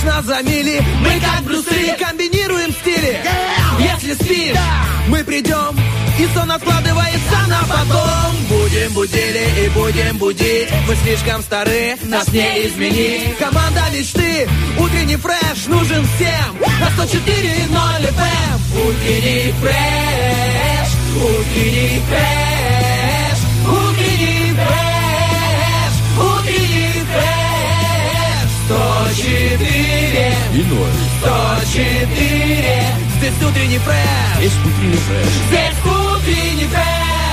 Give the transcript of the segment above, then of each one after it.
нас за мили. Мы как Брюс Ли комбинируем стили. Если спишь, мы придем, и сон откладывается на потом. Будем будили и будем будить. Мы слишком стары, нас не изменить. Команда мечты, утренний фреш нужен всем. На 104.0 FM. Утренний фреш, утренний фреш, утренний фреш, утренний фреш. 104 и 0. 104. Здесь утренний фреш. Здесь утренний фреш. Здесь утренний фреш.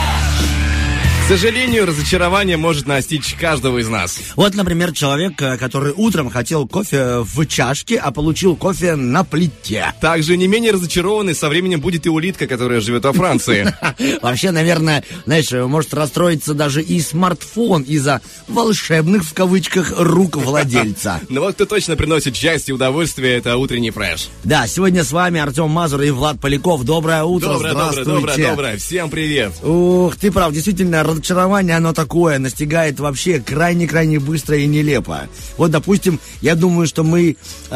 К сожалению, разочарование может настичь каждого из нас. Вот, например, человек, который утром хотел кофе в чашке, а получил кофе на плите. Также не менее разочарованный со временем будет и улитка, которая живет во Франции. Вообще, наверное, знаешь, может расстроиться даже и смартфон из-за волшебных, в кавычках, рук владельца. Но вот кто точно приносит счастье и удовольствие, это утренний фреш. Да, сегодня с вами Артем Мазур и Влад Поляков. Доброе утро, здравствуйте. Доброе. Всем привет. Ух, ты прав, действительно, разочарование, оно такое, настигает вообще крайне-крайне быстро и нелепо. Вот, допустим, я думаю, что мы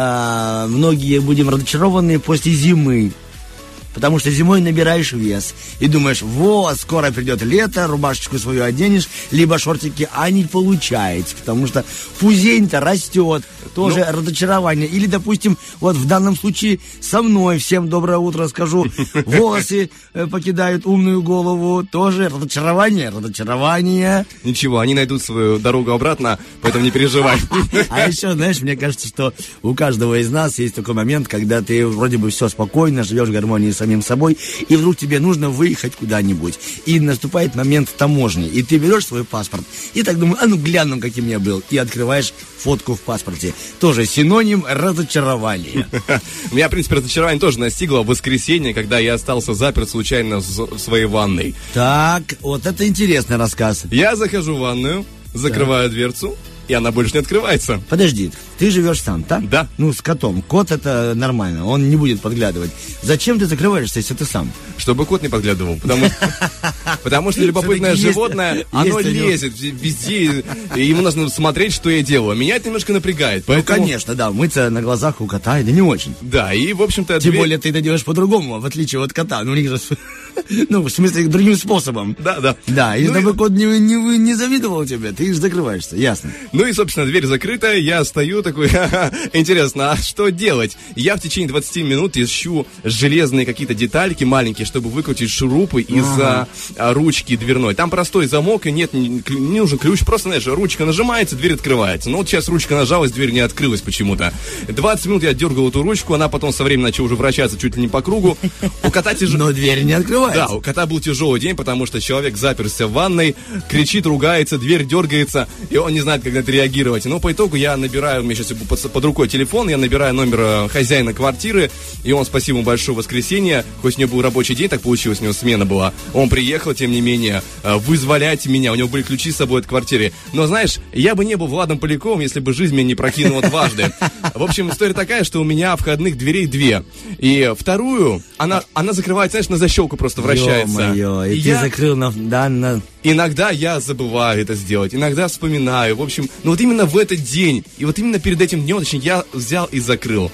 многие будем разочарованы после зимы. Потому что зимой набираешь вес и думаешь, вот, скоро придет лето, рубашечку свою оденешь, либо шортики, а не получается, потому что пузень-то растет, тоже разочарование. Или, допустим, вот в данном случае со мной, всем доброе утро скажу, волосы покидают умную голову, тоже разочарование. Ничего, они найдут свою дорогу обратно, поэтому не переживай. А еще, знаешь, мне кажется, что у каждого из нас есть такой момент, когда ты вроде бы все спокойно, живешь в гармонии с самим собой, и вдруг тебе нужно выехать куда-нибудь. И наступает момент таможни, и ты берешь свой паспорт, и так думаю, а ну гляну, каким я был, и открываешь фотку в паспорте. Тоже синоним разочарования. Меня, в принципе, разочарование тоже настигло в воскресенье, когда я остался заперт случайно в своей ванной. Так, вот это интересный рассказ. Я захожу в ванную, закрываю дверцу, и она больше не открывается. Подожди, ты живешь сам, так? Да. Ну, с котом. Кот это нормально, он не будет подглядывать. Зачем ты закрываешься, если ты сам? Чтобы кот не подглядывал, потому что любопытное животное, оно лезет везде, и ему нужно смотреть, что я делаю. Меня это немножко напрягает. Ну, конечно, да, мыться на глазах у кота, это не очень. Да, и, в общем-то... Тем более ты это делаешь по-другому, в отличие от кота. Ну, у них же... Ну, в смысле, другим способом. Да. Да, и чтобы кот не завидовал тебе, ты их закрываешься, ясно. Ну и, собственно, дверь закрыта, я стою такой, интересно, а что делать? Я в течение 20 минут ищу железные какие-то детальки маленькие, чтобы выкрутить шурупы из-за ручки дверной. Там простой замок, и нет, не нужен ключ, просто, знаешь, ручка нажимается, дверь открывается. Ну вот сейчас ручка нажалась, дверь не открылась почему-то. 20 минут я дергал эту ручку, она потом со временем начала уже вращаться чуть ли не по кругу. У кота Но дверь не открывается. Да, у кота был тяжелый день, потому что человек заперся в ванной, кричит, ругается, дверь дергается, и он не знает, как на это реагировать. Но по итогу я набираю, у меня сейчас под рукой телефон, я набираю номер хозяина квартиры, и он, спасибо ему большое, воскресенье, хоть у него был рабочий день, так получилось, у него смена была, он приехал, тем не менее, вызволять меня, у него были ключи с собой от квартиры. Но, знаешь, я бы не был Владом Поляковым, если бы жизнь меня не прокинула дважды. В общем, история такая, что у меня входных дверей 2, и вторую, она закрывается, знаешь, на защелку просто вращается. Ё-моё, и ты закрыл на... Иногда я забываю это сделать, иногда вспоминаю. В общем, но вот именно в этот день, и вот именно перед этим днем, точнее, я взял и закрыл.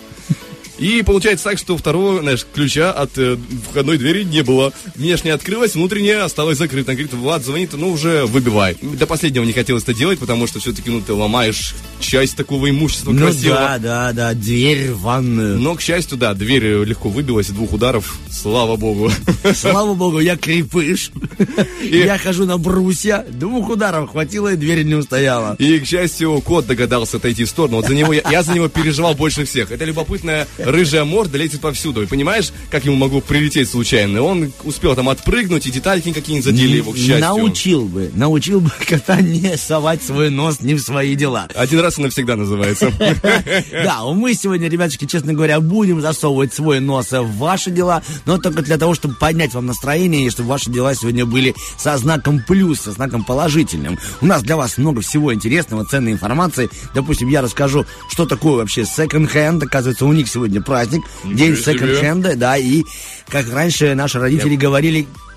И получается так, что второго, знаешь, ключа от входной двери не было. Внешняя открылась, внутренняя осталась закрыта. Она говорит, Влад звонит, ну уже выбивай. До последнего не хотелось это делать, потому что все-таки, ну, ты ломаешь часть такого имущества красивого. Да, дверь в ванную. Но, к счастью, да, дверь легко выбилась, 2 ударов, слава богу. Слава богу, я крепыш. Я хожу на брусья, 2 ударов хватило, и дверь не устояла. И, к счастью, кот догадался отойти в сторону. Вот за него я за него переживал больше всех. Это любопытная рыжая морда лезет повсюду. И понимаешь, как ему могло прилететь случайно? Он успел там отпрыгнуть, и детальки какие-нибудь задели его, к счастью. Научил бы кота не совать свой нос не в свои дела. Один раз и навсегда называется. Да, мы сегодня, ребятушки, честно говоря, будем засовывать свой нос в ваши дела, но только для того, чтобы поднять вам настроение, и чтобы ваши дела сегодня были со знаком плюс, со знаком положительным. У нас для вас много всего интересного, ценной информации. Допустим, я расскажу, что такое вообще секонд-хенд. Оказывается, у них сегодня праздник, день секонд-хенда, да, и как раньше наши родители говорили,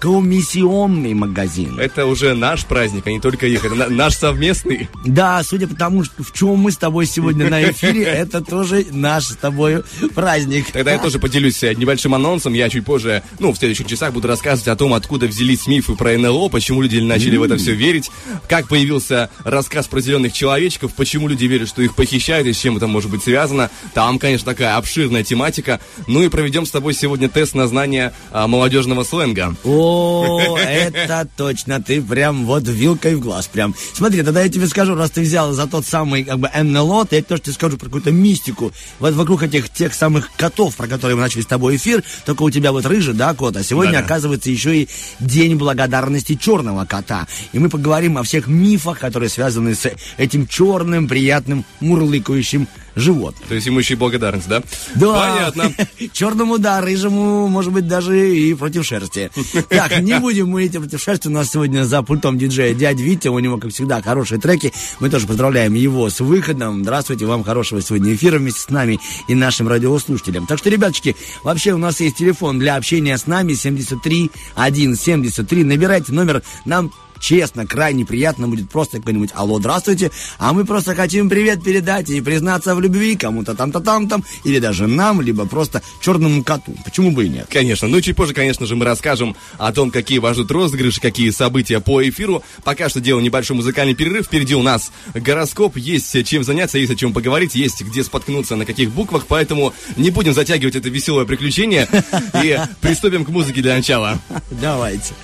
комиссионный магазин. Это уже наш праздник, а не только их. Это наш совместный. Да, судя по тому, в чем мы с тобой сегодня на эфире, это тоже наш с тобой праздник. Тогда я тоже поделюсь небольшим анонсом. Я чуть позже, в следующих часах буду рассказывать о том, откуда взялись мифы про НЛО, почему люди начали в это все верить, как появился рассказ про зеленых человечков, почему люди верят, что их похищают и с чем это может быть связано. Там, конечно, такая обширная тематика. Ну и проведем с тобой сегодня тест на знание молодежного сленга. О, это точно, ты прям вот вилкой в глаз прям. Смотри, тогда я тебе скажу, раз ты взял за тот самый НЛО, то я тоже тебе скажу про какую-то мистику. Вот вокруг тех самых котов, про которые мы начали с тобой эфир, только у тебя вот рыжий, да, кот, а сегодня, оказывается, еще и День благодарности черного кота. И мы поговорим о всех мифах, которые связаны с этим черным, приятным, мурлыкающим животным. То есть ему еще и благодарность, да? Да. Понятно. Черному, да, рыжему, может быть, даже и против шерсти. Так, не будем мы идти против шерсти. У нас сегодня за пультом диджея дядя Витя. У него, как всегда, хорошие треки. Мы тоже поздравляем его с выходом. Здравствуйте, вам хорошего сегодня эфира вместе с нами и нашим радиослушателям. Так что, ребяточки, вообще у нас есть телефон для общения с нами 73 173. Набирайте номер, нам честно, крайне приятно будет просто какой-нибудь «Алло, здравствуйте», а мы просто хотим привет передать и признаться в любви кому-то там, или даже нам, либо просто черному коту. Почему бы и нет? Конечно. Ну и чуть позже, конечно же, мы расскажем о том, какие вас ждут розыгрыши, какие события по эфиру. Пока что делаем небольшой музыкальный перерыв. Впереди у нас гороскоп, есть чем заняться, есть о чем поговорить, есть где споткнуться, на каких буквах, поэтому не будем затягивать это веселое приключение и приступим к музыке для начала. Давайте.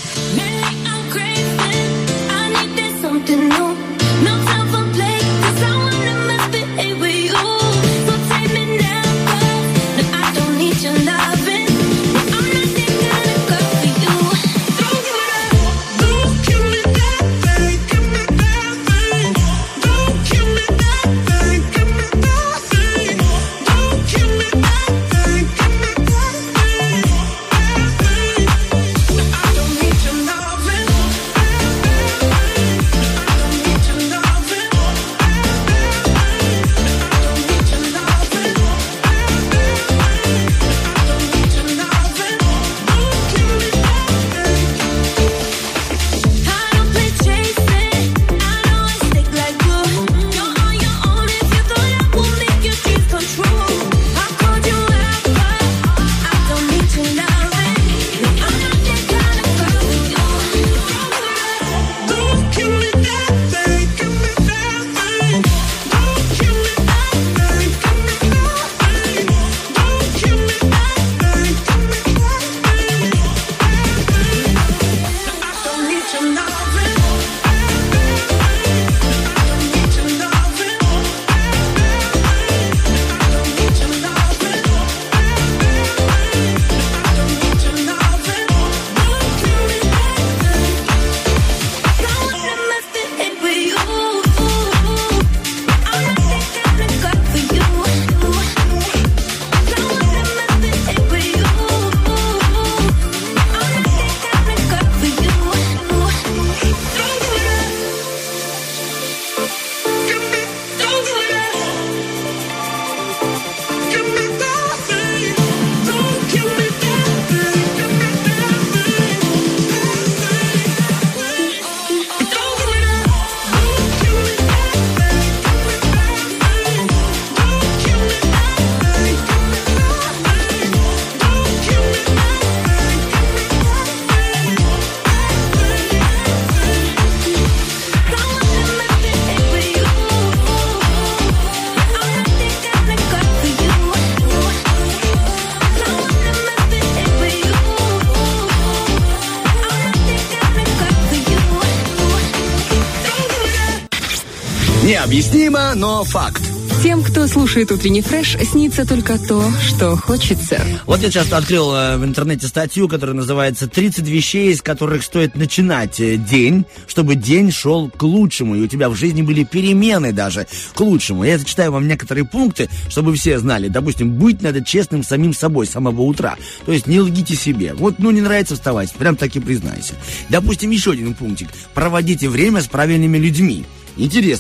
Необъяснимо, но факт. Тем, кто слушает утренний фреш, снится только то, что хочется. Вот я часто открыл в интернете статью, которая называется «30 вещей, с которых стоит начинать день, чтобы день шел к лучшему, и у тебя в жизни были перемены даже к лучшему». Я зачитаю вам некоторые пункты, чтобы все знали. Допустим, быть надо честным самим собой с самого утра. То есть не лгите себе. Вот, не нравится вставать, прям так и признайся. Допустим, еще один пунктик. Проводите время с правильными людьми. Интересно.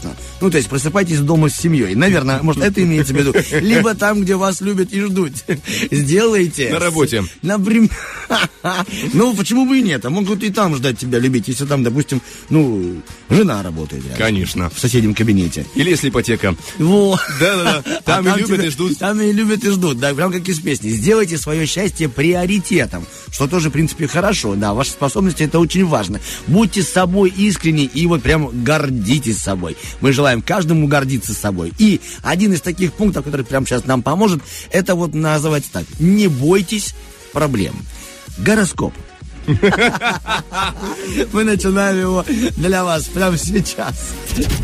Ну, то есть просыпайтесь дома с семьей. Наверное, может, это имеется в виду. Либо там, где вас любят и ждут. Сделайте. На работе. Например. Ну, почему бы и нет? А могут и там ждать тебя любить, если там, допустим, ну, жена работает. Рядом, конечно. В соседнем кабинете. Или если ипотека. Вот. Да-да-да. Там и любят, и ждут. Там и любят, и ждут. Да, прям как из песни. Сделайте свое счастье приоритетом. Что тоже, в принципе, хорошо. Да, ваши способности — это очень важно. Будьте с собой искренни и вот прям гордитесь собой. Мы желаем каждому гордиться собой. И один из таких пунктов, который прямо сейчас нам поможет, это вот называется так. Не бойтесь проблем. Гороскоп. Мы начинаем его для вас прямо сейчас.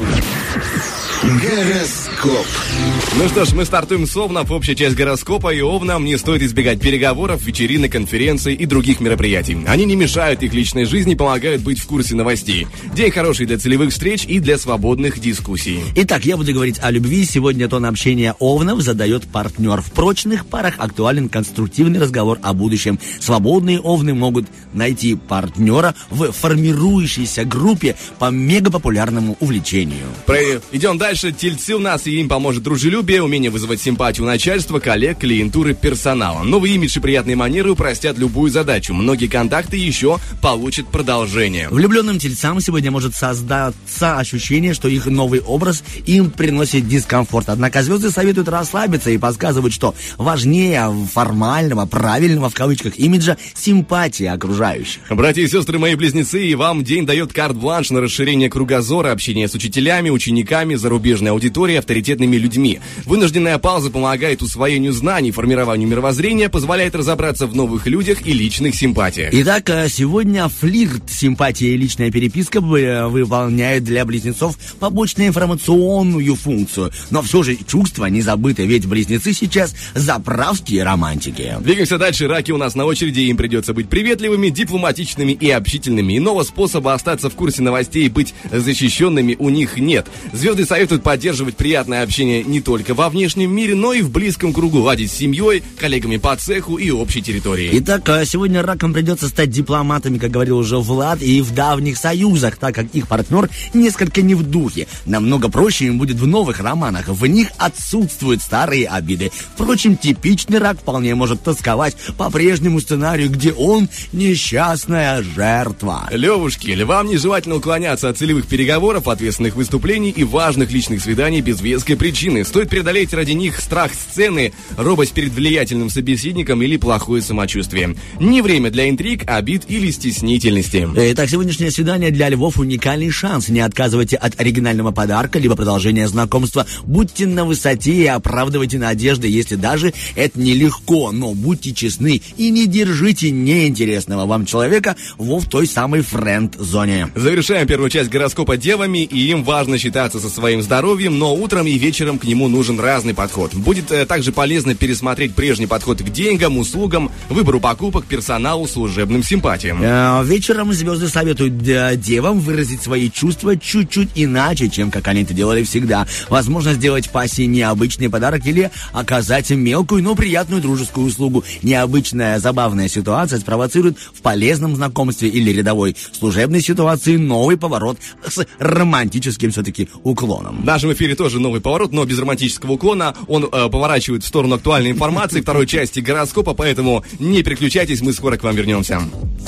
Гороскоп. Ну что ж, мы стартуем с Овнов. Общая часть гороскопа, и Овнам не стоит избегать переговоров, вечеринок, конференций и других мероприятий. Они не мешают их личной жизни, помогают быть в курсе новостей. День хороший для целевых встреч и для свободных дискуссий. Итак, я буду говорить о любви. Сегодня тон общения Овнов задает партнер. В прочных парах актуален конструктивный разговор о будущем. Свободные Овны могут найти партнера в формирующейся группе по мегапопулярному увлечению. Идем дальше. Тельцы у нас, и им поможет дружелюбие, умение вызывать симпатию начальства, коллег, клиентуры, персонала. Новый имидж и приятные манеры упростят любую задачу. Многие контакты еще получат продолжение. Влюбленным тельцам сегодня может создаться ощущение, что их новый образ им приносит дискомфорт. Однако звезды советуют расслабиться и подсказывают, что важнее формального, правильного в кавычках имиджа симпатия окружающих. Братья и сестры мои близнецы, и вам день дает карт-бланш на расширение кругозора, общение с учителями, учениками, зарубежной аудиторией, авторитетными людьми. Вынужденная пауза помогает усвоению знаний, формированию мировоззрения, позволяет разобраться в новых людях и личных симпатиях. Итак, сегодня флирт, симпатия и личная переписка выполняют для близнецов побочную информационную функцию. Но все же чувства не забыты, ведь близнецы сейчас заправские романтики. Двигаемся дальше. Раки у нас на очереди, им придется быть приветливыми, дипломатичными и общительными. Иного способа остаться в курсе новостей и быть защищенными у них нет. Звезды советуют поддерживать приятное общение не только во внешнем мире, но и в близком кругу, ладить с семьей, коллегами по цеху и общей территории. Итак, сегодня ракам придется стать дипломатами, как говорил уже Влад, и в давних союзах, так как их партнер несколько не в духе. Намного проще им будет в новых романах. В них отсутствуют старые обиды. Впрочем, типичный рак вполне может тосковать по прежнему сценарию, где он несчастная жертва. Левушки, львам нежелательно уклоняться от целевых переговоров, ответственных выступлений и важных личных свиданий без веской причины. Стоит преодолеть ради них страх сцены, робость перед влиятельным собеседником или плохое самочувствие. Не время для интриг, обид или стеснительности. Итак, сегодняшнее свидание для львов — уникальный шанс. Не отказывайте от оригинального подарка, либо продолжения знакомства. Будьте на высоте и оправдывайте надежды, если даже это нелегко. Но будьте честны и не держите неинтересного вам человека в той самой френд-зоне. Завершаем первую часть гороскопа девами, и им важно считаться со своим здоровьем, но утром и вечером к нему нужен разный подход. Будет также полезно пересмотреть прежний подход к деньгам, услугам, выбору покупок, персоналу, служебным симпатиям. Вечером звезды советуют девам выразить свои чувства чуть-чуть иначе, чем как они это делали всегда. Возможно, сделать пассии необычный подарок или оказать мелкую, но приятную дружескую услугу. Необычная, забавная ситуация спровоцирует в полезном знакомстве или рядовой служебной ситуации новый поворот с романтическим все-таки уклоном. В нашем эфире тоже новый поворот, но без романтического уклона. Он поворачивает в сторону актуальной информации второй части гороскопа, поэтому не переключайтесь, мы скоро к вам вернемся.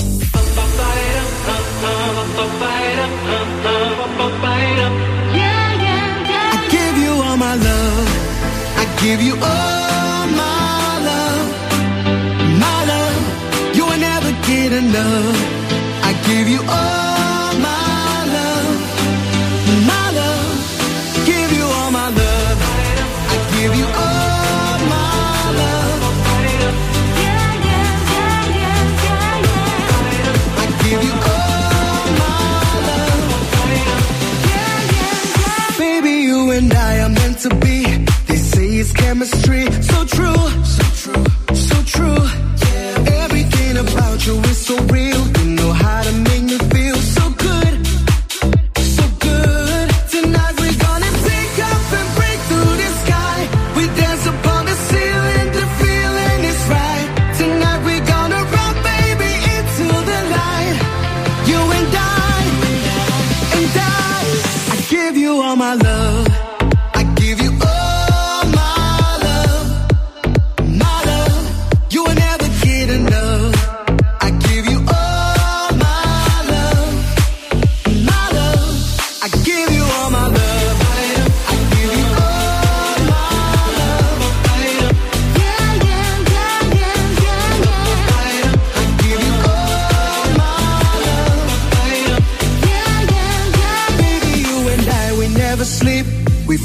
To be, they say it's chemistry. So true, so true, so true. Yeah. Everything about you is so real. You know how to make me feel so good, so good. Tonight we're gonna take off and break through the sky. We dance upon the ceiling, the feeling is right. Tonight we're gonna run, baby, into the light. You and I, I give you all my love.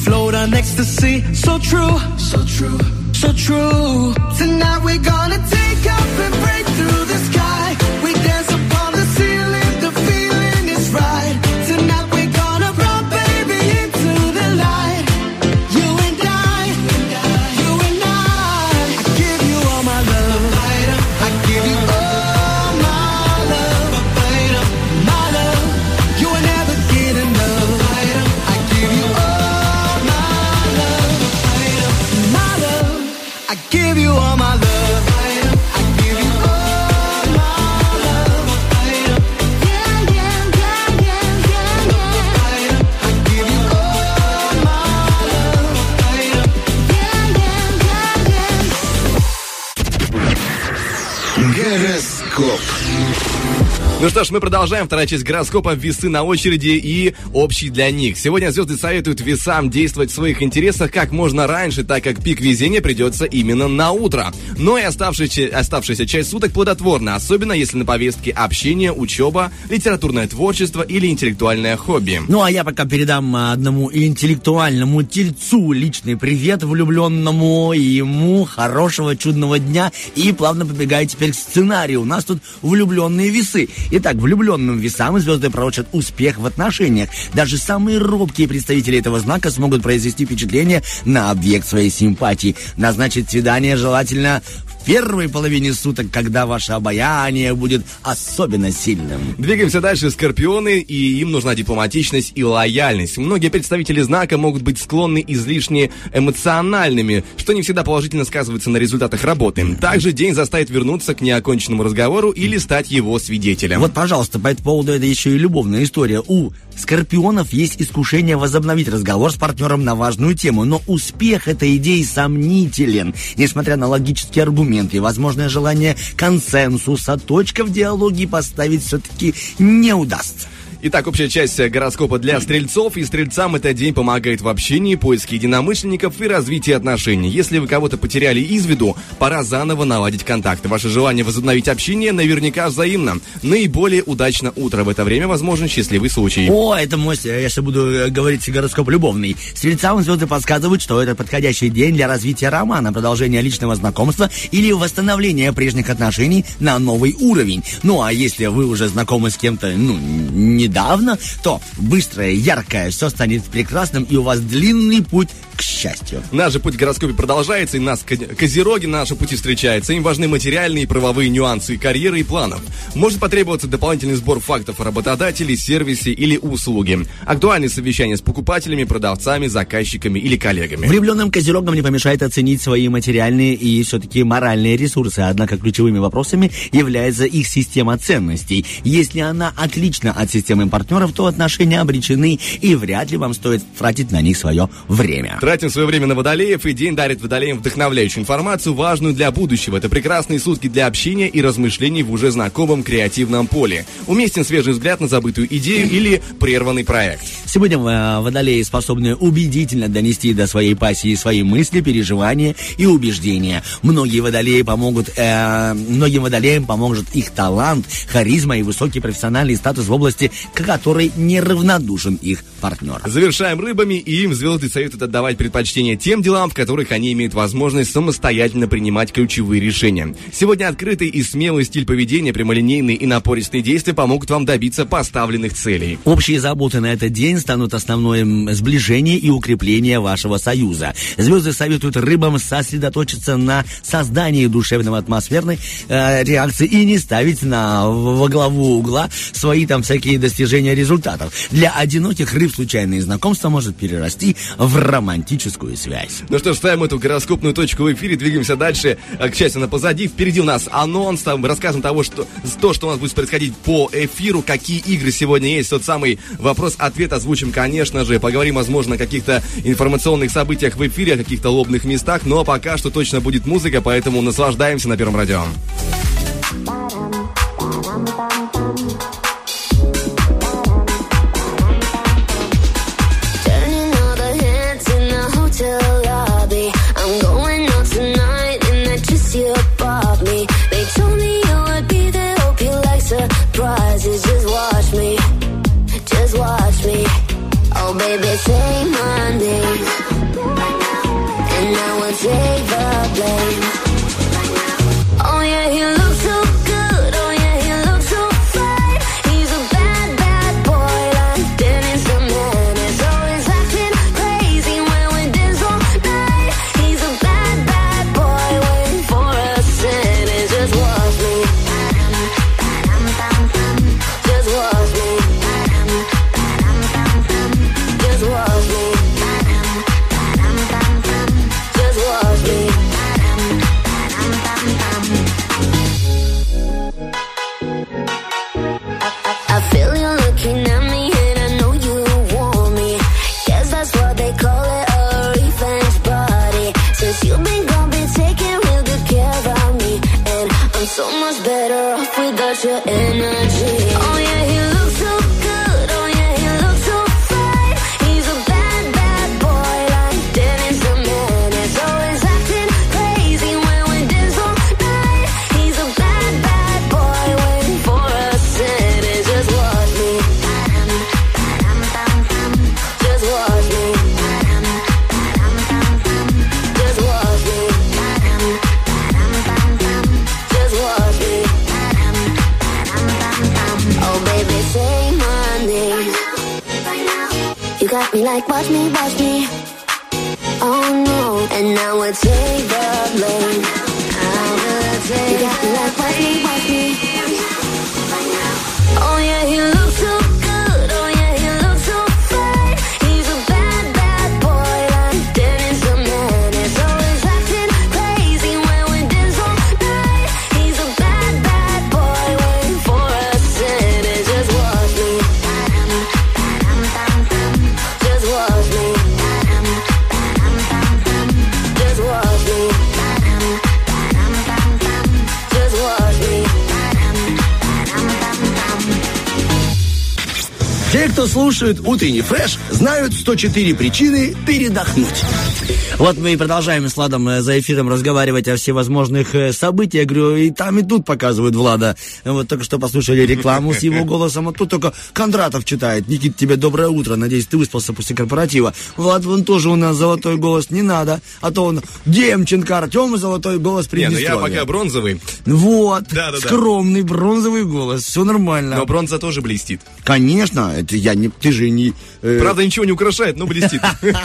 float on ecstasy. So true, so true, so true. Tonight we're gonna take off and break through the sky. We dance upon the ceiling, the feeling is right. Tonight we're gonna run, baby, into the light. You and I, you and I give you all my love. I give you all my love. My love, you will never get enough. I give you all my love. My love, I give you all my love. Гороскоп. Ну что ж, мы продолжаем. Вторая часть гороскопа. Весы на очереди и общий для них. Сегодня звезды советуют весам действовать в своих интересах как можно раньше, так как пик везения придется именно на утро. Но и оставшаяся часть суток плодотворна, особенно если на повестке общение, учеба, литературное творчество или интеллектуальное хобби. Ну а я пока передам одному интеллектуальному тельцу личный привет влюбленному, и ему хорошего чудного дня. И плавно побегаю теперь к сценарию. У нас тут влюбленные весы. Итак, влюбленным весам звезды пророчат успех в отношениях. Даже самые робкие представители этого знака смогут произвести впечатление на объект своей симпатии. Назначить свидание желательно в первой половине суток, когда ваше обаяние будет особенно сильным. Двигаемся дальше. Скорпионы, и им нужна дипломатичность и лояльность. Многие представители знака могут быть склонны излишне эмоциональными, что не всегда положительно сказывается на результатах работы. Также день заставит вернуться к неоконченному разговору или стать его свидетелем. Вот, пожалуйста, по этому поводу это еще и любовная история. У скорпионов есть искушение возобновить разговор с партнером на важную тему, но успех этой идеи сомнителен. Несмотря на логические аргументы и возможное желание консенсуса, точка в диалоге поставить все-таки не удастся. Итак, общая часть гороскопа для стрельцов. И стрельцам этот день помогает в общении, поиске единомышленников и развитии отношений. Если вы кого-то потеряли из виду, пора заново наладить контакты. Ваше желание возобновить общение наверняка взаимно. Наиболее удачно утро. В это время возможен счастливый случай. О, это мой, я сейчас буду говорить гороскоп любовный. Стрельцам звезды подсказывают, что это подходящий день для развития романа, продолжения личного знакомства или восстановления прежних отношений на новый уровень. Ну, а если вы уже знакомы с кем-то, недавно, то быстрое, яркое, все станет прекрасным, и у вас длинный путь к счастью. Наш же путь в гороскопе продолжается, и нас козероги на нашем пути встречаются. Им важны материальные и правовые нюансы карьеры и планов. Может потребоваться дополнительный сбор фактов о работодателе, сервисе или услуге. Актуальные совещания с покупателями, продавцами, заказчиками или коллегами. Влюбленным козерогам не помешает оценить свои материальные и все-таки моральные ресурсы, однако ключевыми вопросами является их система ценностей. Если она отлична от системы партнеров, то отношения обречены, и вряд ли вам стоит тратить на них свое время. Тратим свое время на водолеев, и день дарит водолеям вдохновляющую информацию, важную для будущего. Это прекрасные сутки для общения и размышлений в уже знакомом креативном поле. Уместен свежий взгляд на забытую идею или прерванный проект. Сегодня водолеи способны убедительно донести до своей пассии свои мысли, переживания и убеждения. Многим водолеям поможет их талант, харизма и высокий профессиональный статус в области, к которой неравнодушен их партнер. Завершаем рыбами, и им звезды советуют отдавать предпочтение тем делам, в которых они имеют возможность самостоятельно принимать ключевые решения. Сегодня открытый и смелый стиль поведения, прямолинейные и напористые действия помогут вам добиться поставленных целей. Общие заботы на этот день станут основным сближением и укреплением вашего союза. Звезды советуют рыбам сосредоточиться на создании душевной атмосферной реакции и не ставить во главу угла свои там всякие достижения результатов. Для одиноких рыб случайные знакомства может перерасти в романтическую связь. Ну что ж, ставим эту гороскопную точку в эфире, двигаемся дальше. К счастью, на позади. Впереди у нас анонс, там расскажем что у нас будет происходить по эфиру, какие игры сегодня есть. Тот самый вопрос-ответ озвучим, конечно же. Поговорим, возможно, о каких-то информационных событиях в эфире, о каких-то лобных местах. Но пока что точно будет музыка, поэтому наслаждаемся на Первом радио. Just watch me. Oh baby, say my name. got me like, watch me, oh no. And now we'll take the blame. You got me like, watch me. Oh yeah, he looks so good, oh yeah, he looks so fine. He's a bad, bad boy, like Dennis the Menace. Always acting crazy when we dance all night. He's a bad, bad boy, waiting for us in it. Just watch me, just watch me, just watch me, just watch me. Те, кто слушает утренний фреш, знают 104 причины передохнуть. Вот мы и продолжаем с Владом за эфиром разговаривать о всевозможных событиях. Я говорю, и там, и тут показывают Влада. Вот только что послушали рекламу с его голосом, а тут только Кондратов читает. Никит, тебе доброе утро. Надеюсь, ты выспался после корпоратива. Влад, вон тоже у нас золотой голос. Не надо. А то он Демченко, Артем, золотой голос Приднестровья. Не, ну я пока бронзовый. Вот. Да. Скромный бронзовый голос. Все нормально. Но бронза тоже блестит. Конечно. Это я не... Ты же не... Правда, ничего не украшает, но блестит.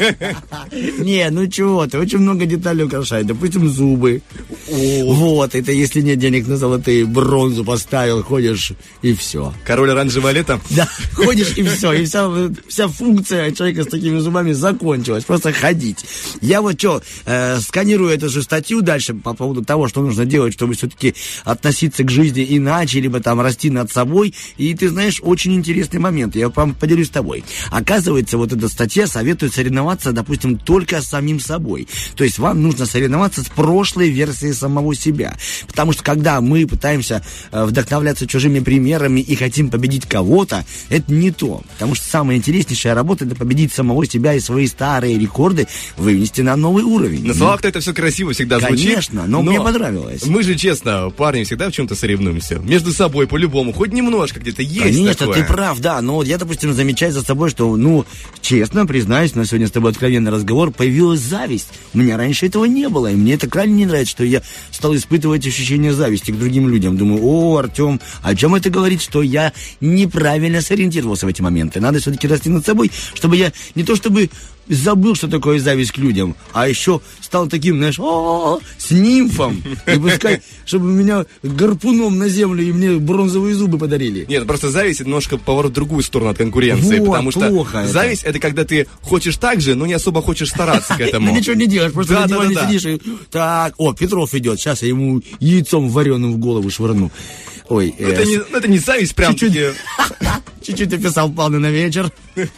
Не, ну чего ты, очень много деталей украшает. Допустим, зубы. Вот, это если нет денег на золотые, бронзу поставил, ходишь, и все. Король оранжевого лета? Да, ходишь, и все. И вся функция человека с такими зубами закончилась. Просто ходить. Я вот что, сканирую эту же статью дальше по поводу того, что нужно делать, чтобы все-таки относиться к жизни иначе, либо там расти над собой. И ты знаешь, очень интересный момент. Я поделюсь с тобой. Оказывается, вот эта статья советует соревноваться, допустим, только с самим собой. То есть вам нужно соревноваться с прошлой версией самого себя. Потому что когда мы пытаемся вдохновляться чужими примерами и хотим победить кого-то, это не то. Потому что самая интереснейшая работа — это победить самого себя и свои старые рекорды вынести на новый уровень. На словах-то это все красиво всегда звучит. Конечно, но мне понравилось. Мы же, честно, парни всегда в чем-то соревнуемся. Между собой, по-любому. Хоть немножко где-то есть Конечно, такое. ты прав, да. Но вот я, допустим, замечаю за собой, что, честно признаюсь, на сегодня с тобой откровенный разговор, появилась зависть. У меня раньше этого не было, и мне это крайне не нравится, что я стал испытывать ощущение зависти к другим людям. Думаю, Артем, о чем это говорит, что я неправильно сориентировался в эти моменты. Надо все-таки расти над собой, чтобы я не то чтобы забыл, что такое зависть к людям, а еще стал таким, знаешь, с нимфом. И пускай, чтобы меня гарпуном на землю и мне бронзовые зубы подарили. Нет, просто зависть — это немножко поворот в другую сторону от конкуренции. Вот, потому что зависть — это когда ты хочешь так же, но не особо хочешь стараться к этому. Ну ничего не делаешь, просто на диване сидишь и... Так, Петров идет, сейчас я ему яйцом вареным в голову швырну. Ой, это не зависть, прям таки. Чуть-чуть описал планы на вечер.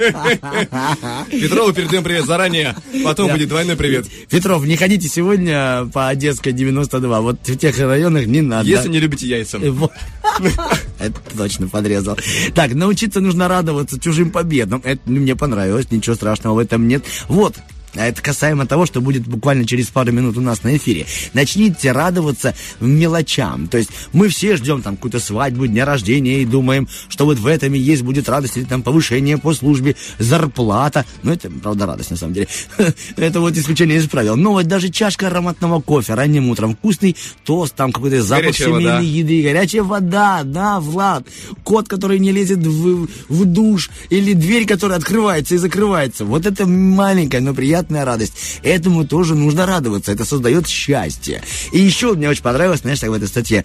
Петрову передаем привет заранее, потом будет двойной привет. Петров, не ходите сегодня по Одесской 92, вот в тех районах не надо. Если не любите яйца. Это точно подрезал. Так, научиться нужно радоваться чужим победам. Это мне понравилось, ничего страшного в этом нет. Вот. А это касаемо того, что будет буквально через пару минут у нас на эфире. Начните радоваться мелочам. То есть мы все ждем там какую-то свадьбу, дня рождения и думаем, что вот в этом и есть будет радость, или там повышение по службе, зарплата. Ну, это, правда, радость на самом деле. Это вот исключение из правил. Но вот даже чашка ароматного кофе ранним утром, вкусный тост, там какой-то запах семейной еды, горячая вода, да, Влад, кот, который не лезет в душ, или дверь, которая открывается и закрывается. Вот это маленькая, но приятная радость. Этому тоже нужно радоваться. Это создает счастье. И еще мне очень понравилось, знаешь, так в этой статье,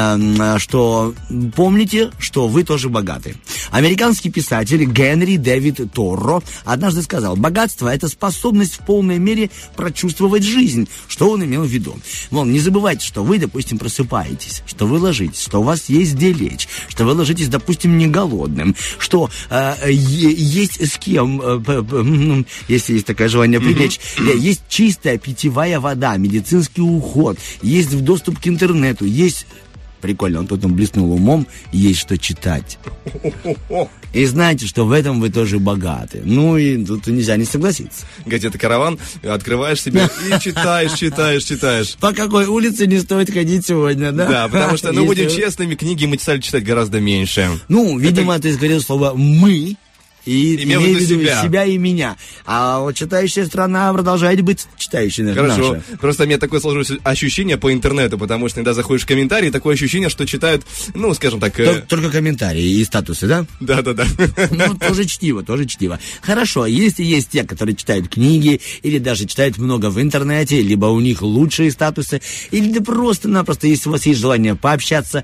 что помните, что вы тоже богаты. Американский писатель Генри Дэвид Торро однажды сказал: богатство — это способность в полной мере прочувствовать жизнь. Что он имел в виду? Мол, не забывайте, что вы, допустим, просыпаетесь, что вы ложитесь, что у вас есть где лечь, что вы ложитесь, допустим, не голодным, что есть с кем, если есть такое желание прилечь. Есть чистая питьевая вода, медицинский уход, есть доступ к интернету, есть... Прикольно, он тут блеснул умом, есть что читать. И знаете, что в этом вы тоже богаты. Ну и тут нельзя не согласиться. Газета «Караван», открываешь себе и читаешь. По какой улице не стоит ходить сегодня, да? Да, потому что, будем честными, книги мы стали читать гораздо меньше. Ну, видимо, ты говорил слово «мы». И имел в виду себя и меня. А вот читающая страна продолжает быть читающей. Хорошо. Наша. Просто у меня такое сложилось ощущение по интернету, потому что иногда заходишь в комментарии, такое ощущение, что читают, ну, скажем так... Только комментарии и статусы, да? Да-да-да. Ну, тоже чтиво. Хорошо, если есть те, которые читают книги, или даже читают много в интернете, либо у них лучшие статусы, или да просто-напросто, если у вас есть желание пообщаться,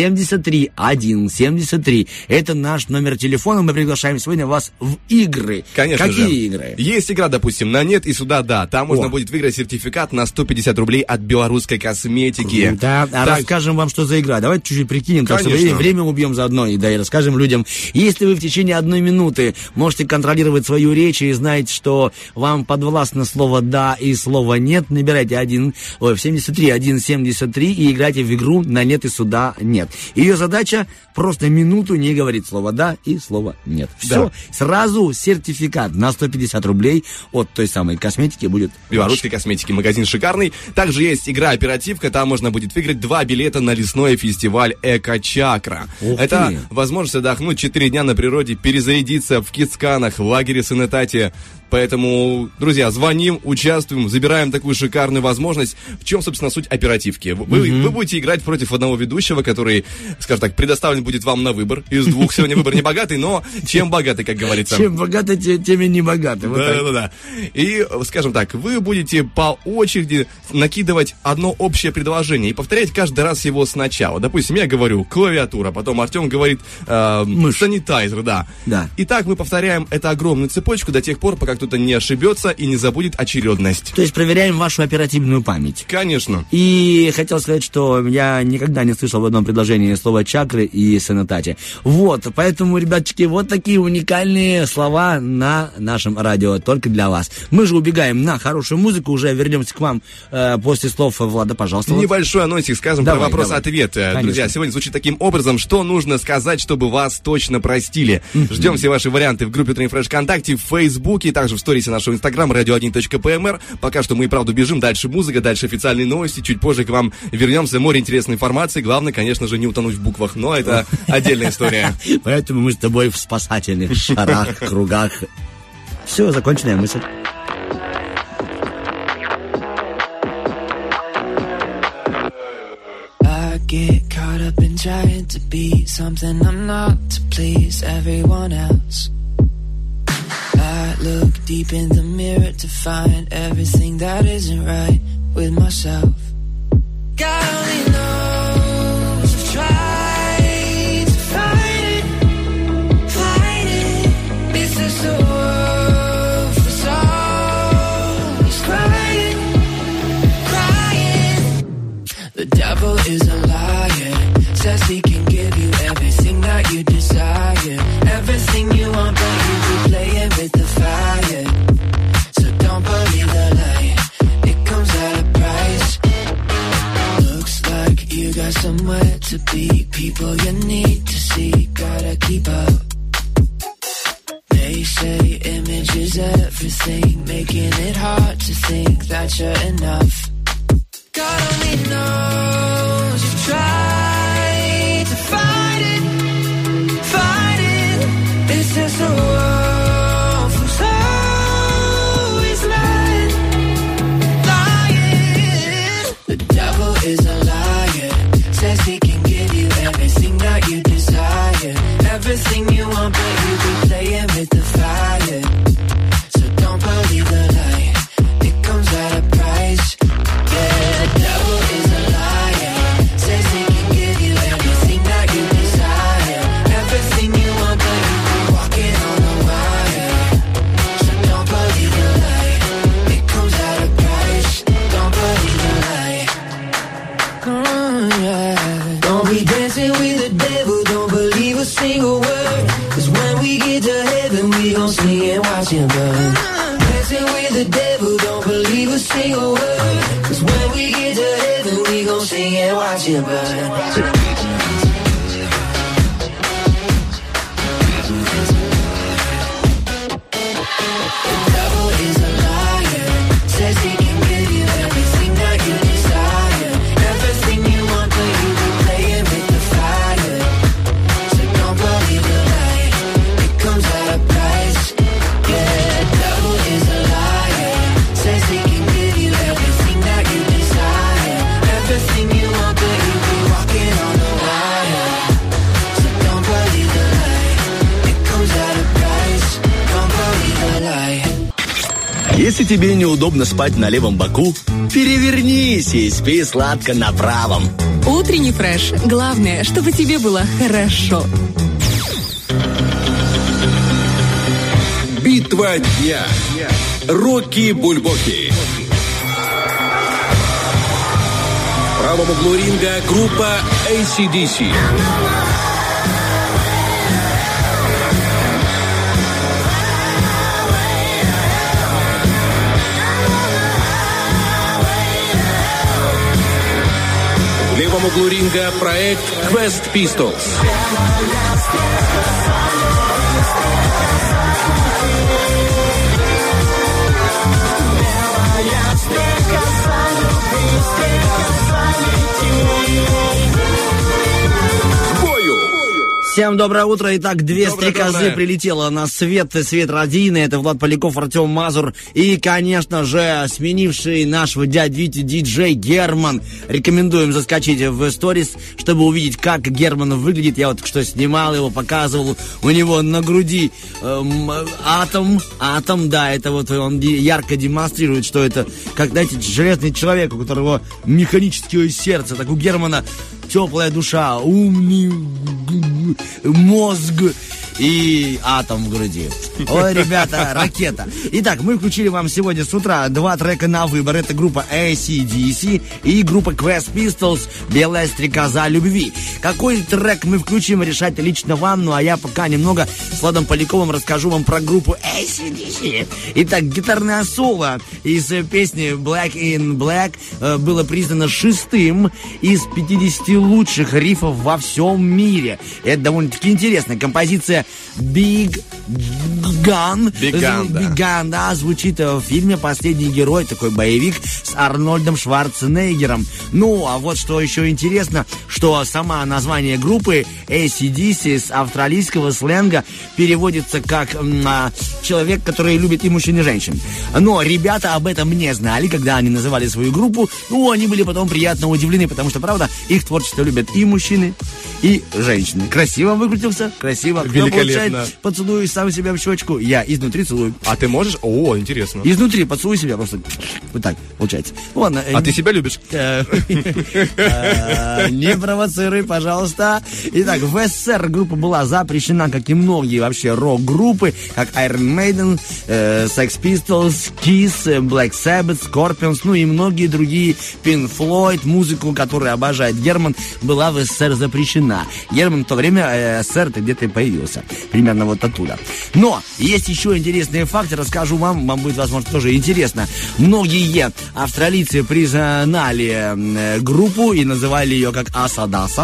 73173. Это наш номер телефона, мы приглашаем сегодня вас в игры. Конечно. Какие же. игры? Есть игра, допустим, на нет и сюда да. Там можно будет выиграть сертификат на 150 рублей от белорусской косметики. Да, расскажем вам, что за игра. Давайте чуть-чуть прикинем, так что время убьем заодно, и расскажем людям. Если вы в течение 1 минуты можете контролировать свою речь и знаете, что вам подвластно слово «да» и слово «нет», набирайте 173 и играйте в игру на нет и сюда нет. Ее задача просто минуту не говорить слово «да» и слово «нет». Все, да. Сразу сертификат на 150 рублей от той самой косметики будет. Белорусской косметики. Магазин шикарный. Также есть игра-оперативка. Там можно будет выиграть 2 билета на лесной фестиваль «Эко-чакра». Это возможность отдохнуть 4 дня на природе, перезарядиться в Кицканах, в лагере Сенетате. Поэтому, друзья, звоним, участвуем, забираем такую шикарную возможность. В чем, собственно, суть оперативки? Вы будете играть против одного ведущего, который, скажем так, предоставлен будет вам на выбор. Из двух сегодня выбор не богатый, но чем богатый, как говорится. Чем богатый, тем и не богатый. Да. И, скажем так, вы будете по очереди накидывать одно общее предложение и повторять каждый раз его сначала. Допустим, я говорю клавиатура, потом Артем говорит санитайзер, да. И так мы повторяем эту огромную цепочку до тех пор, пока кто-то не ошибется и не забудет очередность. То есть проверяем вашу оперативную память. Конечно. И хотел сказать, что я никогда не слышал в одном предложении слова «чакры» и «санатати». Вот, поэтому, ребяточки, вот такие уникальные слова на нашем радио, только для вас. Мы же убегаем на хорошую музыку, уже вернемся к вам после слов Влада, пожалуйста. Небольшой анонсик, скажем, про вопрос-ответ. Друзья, сегодня звучит таким образом, что нужно сказать, чтобы вас точно простили. Ждем все ваши варианты в группе Утренний Фреш ВКонтакте, в Фейсбуке, также в сторисе нашего инстаграма radio1.pmr. Пока что мы и правда бежим, дальше музыка, дальше официальные новости, чуть позже к вам вернемся, море интересной информации. Главное, конечно же, не утонуть в буквах, но это отдельная история. Поэтому мы с тобой в спасательных шарах, кругах. Все, законченная мысль. Get caught up in trying to be something I'm not to please everyone else. I look deep in the mirror to find everything that isn't right with myself. God only knows I've tried to fight it. It's just a world for souls crying. The devil is a liar, says he can give you everything that you desire, everything you want, but you be playing with the fire. So don't believe the lie, it comes at a price. Looks like you got somewhere to be, people you need to see, gotta keep up. They say image is everything, making it hard to think that you're enough. God only knows you've tried to fight it. It's just a world who's always lying. The devil is a liar, says he can give you everything that you desire, everything you want, but you be playing with the fire. So don't believe the lie, it comes at a price. The devil is a liar, says he can give you everything that you desire, everything you want, but you be walking on a wire. So don't believe the lie, it comes at a price. Don't believe the lie. Don't be dancing with the devil, don't believe a single word, 'cause when we get to heaven we gon' sing and watch him burn. Dancing with the devil, don't believe a single word, 'cause when we get to heaven we gon' sing and watch him burn. The devil is a liar, says he can give you everything that you desire, everything you want, but you be playing with the fire. So don't believe the lie, it comes at a price. Если тебе неудобно спать на левом боку, перевернись и спи сладко на правом. Утренний фреш. Главное, чтобы тебе было хорошо. Битва дня. Рокки Бульбоки. В правом углу ринга группа AC/DC. В левом углу ринга проект Quest Pistols. Всем доброе утро. Итак, две стрекозы прилетело на свет родины. Это Влад Поляков, Артем Мазур и, конечно же, сменивший нашего дядю Витю диджей Герман. Рекомендуем заскочить в сторис, чтобы увидеть, как Герман выглядит. Я вот что снимал его, показывал. У него на груди атом, да, это вот он ярко демонстрирует, что это, как, знаете, железный человек, у которого механическое сердце. Так у Германа теплая душа, умный мозг и атом в груди. Ой, ребята, ракета. Итак, мы включили вам сегодня с утра два трека на выбор. Это группа AC/DC и группа Quest Pistols «Белая стрекоза любви». Какой трек мы включим, решать лично вам. Ну, а я пока немного с Владом Поляковым расскажу вам про группу AC/DC. Итак, гитарное соло из песни Black in Black было признано 6-м из 50 лучших рифов во всем мире. Это довольно-таки интересная композиция. Big Gun, да, звучит в фильме «Последний герой», такой боевик с Арнольдом Шварценеггером. Ну, а вот что еще интересно, что сама название группы AC/DC с австралийского сленга переводится как человек, который любит и мужчин, и женщин. Но ребята об этом не знали, когда они называли свою группу. Ну, они были потом приятно удивлены, потому что, правда, их творчество любят и мужчины, и женщины. Красиво выкрутился, красиво. Кто получает поцелуй сам себя в щечку? Я изнутри целую. А ты можешь? О, интересно. Изнутри поцелуй себя просто. Вот так получается. Ладно. А ты себя любишь? Не провоцируй, пожалуйста. Итак, в СССР группа была запрещена, как и многие вообще рок-группы, как Iron Maiden, Sex Pistols, Kiss, Black Sabbath, Scorpions, ну и многие другие. Pink Floyd, музыку, которую обожает Герман, была в СССР запрещена. Герман в то время СССР-то где-то и появился. Примерно вот оттуда. Но есть еще интересные факты, расскажу вам будет, возможно, тоже интересно. Многие австралийцы признали группу и называли ее как Асадаса.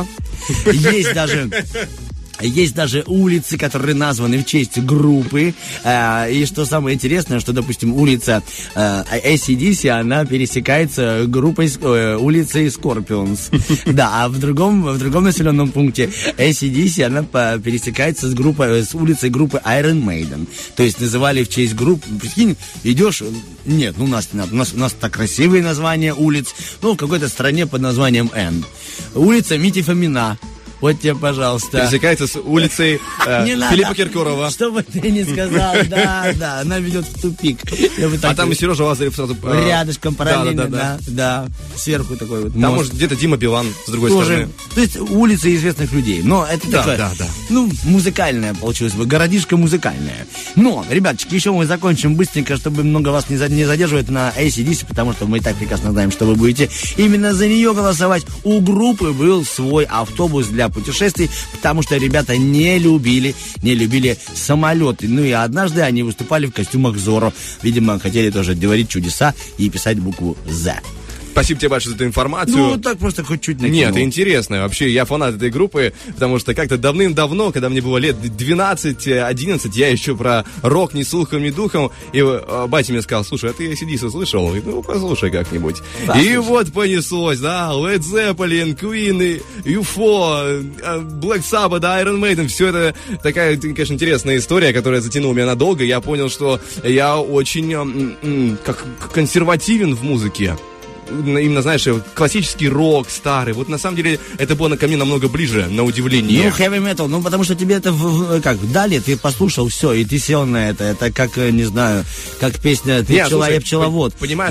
Есть даже улицы, которые названы в честь группы. И что самое интересное, что, допустим, улица AC/DC, она пересекается улицей Scorpions. Да, а в другом населенном пункте AC/DC, она пересекается с улицей группы Iron Maiden. То есть называли в честь группы. Прикинь, идешь... Нет, у нас не надо. У нас так красивые названия улиц. Ну, в какой-то стране под названием N. Улица Мити Фомина. Вот тебе, пожалуйста. Пересекается с улицей Филиппа Киркорова. Что бы ты ни сказал, да, она ведет в тупик. А там и Сережа Лазарев сразу... Рядышком, параллельно, да. Сверху такой вот. Там, может, где-то Дима Билан с другой стороны. То есть улицы известных людей. Но это такое, ну, музыкальное получилось бы, городишко музыкальное. Но, ребяточки, еще мы закончим быстренько, чтобы много вас не задерживать на AC/DC, потому что мы и так прекрасно знаем, что вы будете именно за нее голосовать. У группы был свой автобус для путешествий, потому что ребята не любили самолеты. Ну и однажды они выступали в костюмах Зорро. Видимо, хотели тоже говорить чудеса и писать букву «З». Спасибо тебе большое за эту информацию. Ну, так просто хоть чуть накинул. Нет, это интересно. Вообще, я фанат этой группы, потому что как-то давным-давно, когда мне было лет 12-11, я еще про рок ни слухом, ни духом, и батя мне сказал: слушай, а ты AC/DC слышал? И, ну, послушай как-нибудь. Да, и вот понеслось, да, Led Zeppelin, Queen, UFO, Black Sabbath, Iron Maiden, все это такая, конечно, интересная история, которая затянула меня надолго. Я понял, что я очень как консервативен в музыке. именно, знаешь, классический рок старый. Вот на самом деле это было ко мне намного ближе, на удивление. Ну, heavy metal, ну, потому что тебе это, дали, ты послушал все, и ты сел на это. Это как, не знаю, как песня «Ты человек-пчеловод». Понимаешь?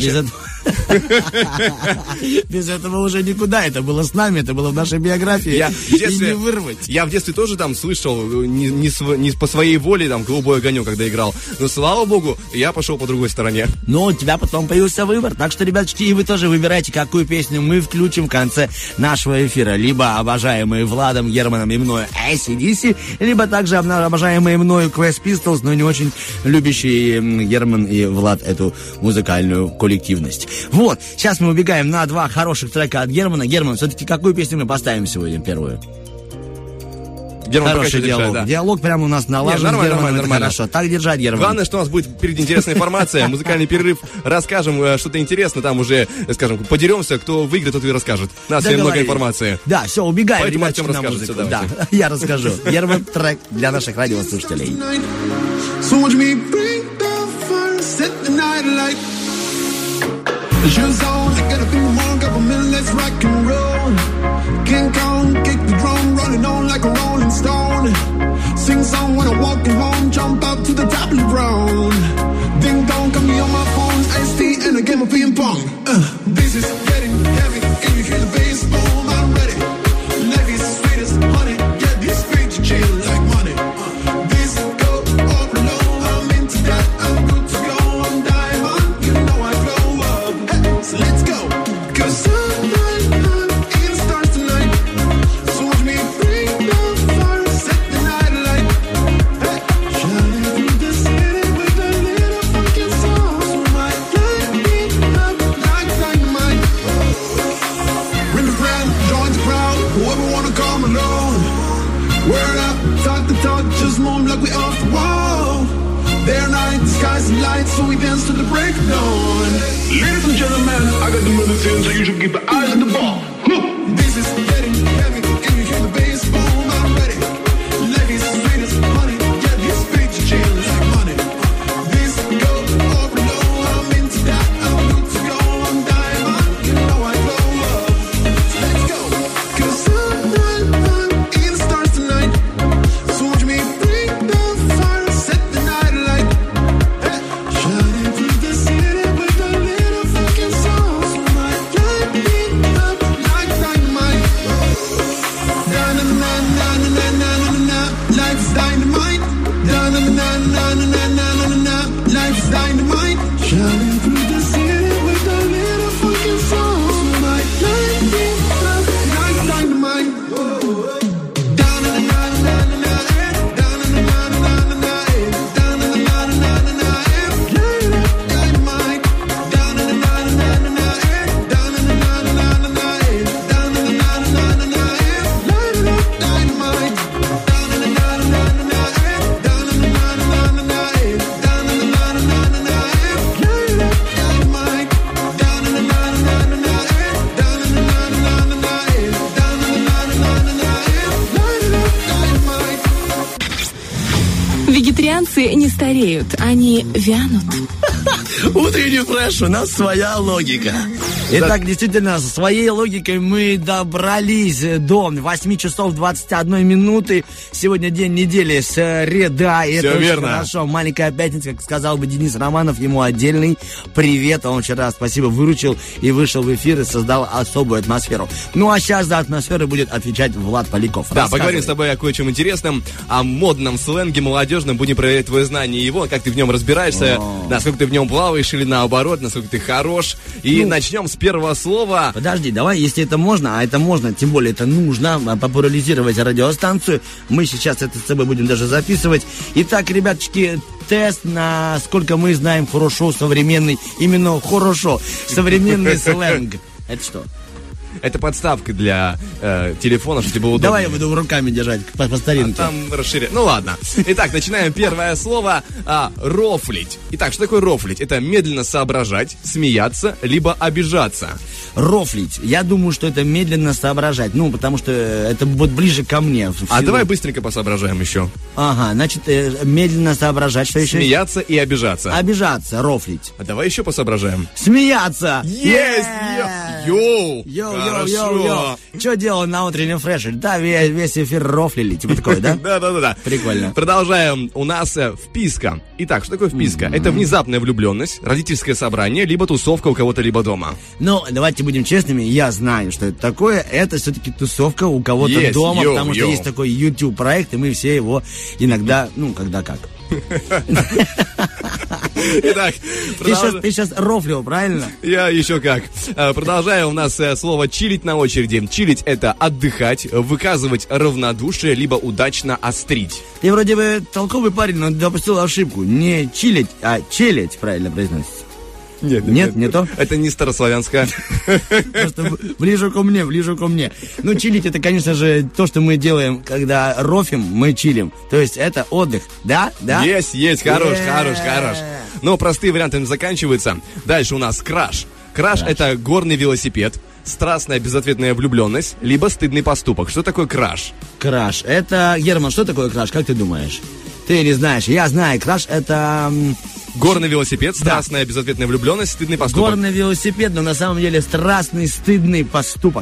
Без этого уже никуда. Это было с нами, это было в нашей биографии. И не вырвать. Я в детстве тоже там слышал, не по своей воле, там, «Голубой огонек», когда играл. Но, слава богу, я пошел по другой стороне. Но у тебя потом появился выбор. Так что, ребяточки, и вы тоже выбирайте, какую песню мы включим в конце нашего эфира. Либо обожаемые Владом, Германом и мною AC/DC, либо также обожаемые мною Quest Pistols, но не очень любящие Герман и Влад эту музыкальную коллективность. Вот, сейчас мы убегаем на 2 хороших трека от Германа. Герман, все-таки какую песню мы поставим сегодня первую? Герман, хороший диалог. Решает, да. Диалог прямо у нас налажен. Нормально. Хорошо. Так держать, Герман. Главное, что у нас будет впереди интересная информация, музыкальный перерыв, расскажем что-то интересное, там уже, скажем, подеремся, кто выиграет, тот и расскскажет. У нас сегодня много информации. Да, все, убегаем. Поэтому Артем расскажет. Да, я расскажу. Герман, трек для наших радиослушателей. Shoes on, get up in the morning, couple minutes, let's rock and roll. King Kong, kick the drum, rolling on like a rolling stone. Sing song when I'm walking home, jump up to the top of the ground. Ding dong, got me on my phone, Ice-T and a game of ping pong. This is getting heavy, can you hear the bass? Boom, I'm ready. Life is sweet as honey, yeah, this beat you chill like money. This go all alone, I'm into that, I'm good to go, I'm diamond, you know I glow up. So let's go, 'cause tonight, it starts tonight. So watch me bring the fire, set the night alight. Hey, shining through the city with a little fucking song. So my light it up like dynamite. Ring the friend, join the crowd, whoever wanna come along. Word up, talk the talk, just move like we off the wall. Day or night, the sky's the light, so we dance to the break of dawn. Ladies and gentlemen, I got the medicine, so you should keep the eyes on the ball. This is getting heavy, can you hear the bass? Boom, I'm ready. Life is sweet as honey, yeah, this beat you chill like money. This go all below, I'm into that, I'm good to go, I'm diamond, you know I glow up. So let's go, 'cause tonight, it starts tonight. So watch me bring the fire, set the night alight. Hey, shining through the city with a little fucking song. So my light it up like dynamite. Da na na na na na na na na, life is dynamite. Da na na na na na na na na, life is dynamite. Shining through the city with a little fucking song. So my light it up like dynamite. Da na na na na na na, da na na na na na na, da na na na na na na, light up dynamite. Da na na na na na na, da na na na na na na, da na na na na na na, light up dynamite. Da na na na na na na, da na na na na na na, da na na na na na na, light up dynamite. Da na na na na na na, da na na na na na, da na na na na na, light up dynamite. Вегетарианцы не стареют, они вянут. Утренний фреш, у нас своя логика. Итак, действительно, со своей логикой мы добрались до 8 часов 21 минуты. Сегодня день недели, среда. И это очень хорошо. Маленькая пятница, как сказал бы Денис Романов, ему отдельный привет. Он вчера, спасибо, выручил и вышел в эфир и создал особую атмосферу. Ну, а сейчас за атмосферу будет отвечать Влад Поляков. Да, поговорим с тобой о кое-чем интересном, о модном сленге молодежном. Будем проверять твое знание его, как ты в нем разбираешься, насколько ты в нем плаваешь или наоборот, насколько ты хорош. И начнем с первого слова. Подожди, давай, если это можно, а это можно, тем более это нужно, популяризировать радиостанцию. Мы сейчас это с тобой будем даже записывать. Итак, ребяточки, тест, насколько мы знаем хорошо современный, именно хорошо, современный сленг. Это что? Это подставка для телефона, чтобы тебе было удобно. Давай я буду руками держать по старинке. Там расширяет. Ну ладно. Итак, начинаем первое слово. Рофлить. Итак, что такое рофлить? Это медленно соображать, смеяться, либо обижаться. Рофлить. Я думаю, что это медленно соображать. Ну, потому что это вот ближе ко мне. Давай быстренько посоображаем еще. Ага, значит, медленно соображать. Что еще? Смеяться и обижаться. Обижаться, рофлить. А давай еще посоображаем. Смеяться! Есть! Йоу! Йоу! Что делал на утреннем фреше? Да, весь эфир рофлили. Типа такое, да? Да. Прикольно. Продолжаем. У нас вписка. Итак, что такое вписка? Это внезапная влюбленность, родительское собрание, либо тусовка у кого-то либо дома. Ну, давайте будем честными, я знаю, что это такое. Это все-таки тусовка у кого-то дома, потому что есть такой YouTube-проект, и мы все его иногда, когда как. Итак, ты сейчас рофлил, правильно? Я еще как. Продолжаем. У нас слово «чилить» на очереди. Чилить — это отдыхать, выказывать равнодушие, либо удачно острить. Ты вроде бы толковый парень, но допустил ошибку. Не чилить, а челить правильно произносится. Нет, не то? Это не старославянское. Просто ближе ко мне. Ну, чилить — это, конечно же, то, что мы делаем, когда рофим, мы чилим. То есть это отдых, да? Есть, хорош. Но простые варианты заканчиваются. Дальше у нас краш. Краш — это горный велосипед, страстная безответная влюбленность, либо стыдный поступок. Что такое краш? Краш. Это, Герман, что такое краш? Как ты думаешь? Ты не знаешь. Я знаю. Краш — это... Горный велосипед, страстная безответная влюбленность, стыдный поступок. Горный велосипед, но на самом деле страстный, стыдный поступок.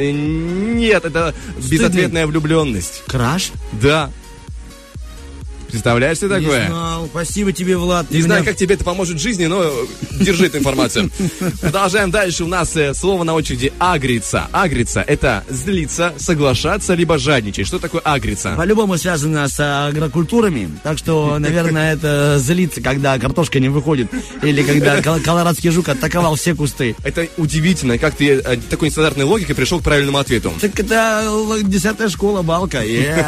Нет, это безответная влюбленность. Краш? Да. Представляешь, что такое? Не знал. Спасибо тебе, Влад. Не знаю, как тебе это поможет в жизни, но держи эту информацию. Продолжаем дальше. У нас слово на очереди агриться. Агриться — это злиться, соглашаться, либо жадничать. Что такое агриться? По-любому связано с агрокультурами. Так что, наверное, это злиться, когда картошка не выходит. Или когда колорадский жук атаковал все кусты. Это удивительно, как ты такой нестандартной логикой пришел к правильному ответу. Так это 10-я школа, балка.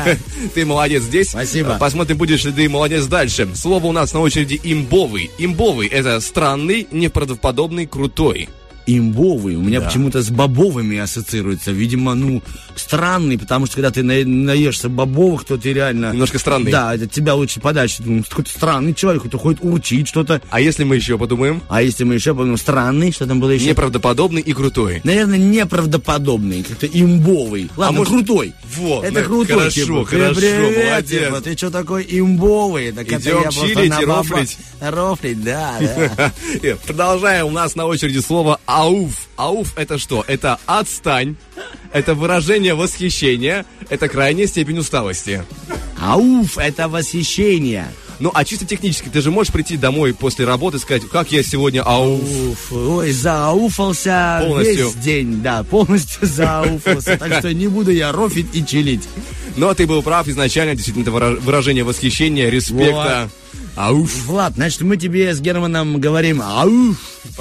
Ты молодец здесь. Спасибо. Посмотрим, будешь ли ты молодец дальше. Слово у нас на очереди имбовый. Имбовый — это странный, неправдоподобный, крутой. Имбовый. У меня почему-то с бобовыми ассоциируется. Видимо, странный, потому что когда ты наешься бобовых, то ты реально... Немножко странный. Да, это тебя лучше подальше. Какой-то странный человек, кто ходит урчит что-то. А если мы еще подумаем? Странный, что там было еще? Неправдоподобный и крутой. Наверное, неправдоподобный, как-то имбовый. Ладно, крутой. Вот, это крутой. Хорошо, молодец. Типа, ты что такой имбовый? Так идем чилить и рофлить. Рофлить, да. Продолжаем. У нас на очереди слово ауф. Ауф — это что? Это отстань. Это выражение восхищения. Это крайняя степень усталости. Ауф — это восхищение. Ну, а чисто технически, ты же можешь прийти домой после работы и сказать, как я сегодня ауф. Ой, зауфался полностью. Весь день, да, полностью зауфался. Так что не буду я рофить и чилить. Но ты был прав изначально, действительно, это выражение восхищения, респекта. Ауф. Влад, значит, мы тебе с Германом говорим ауф.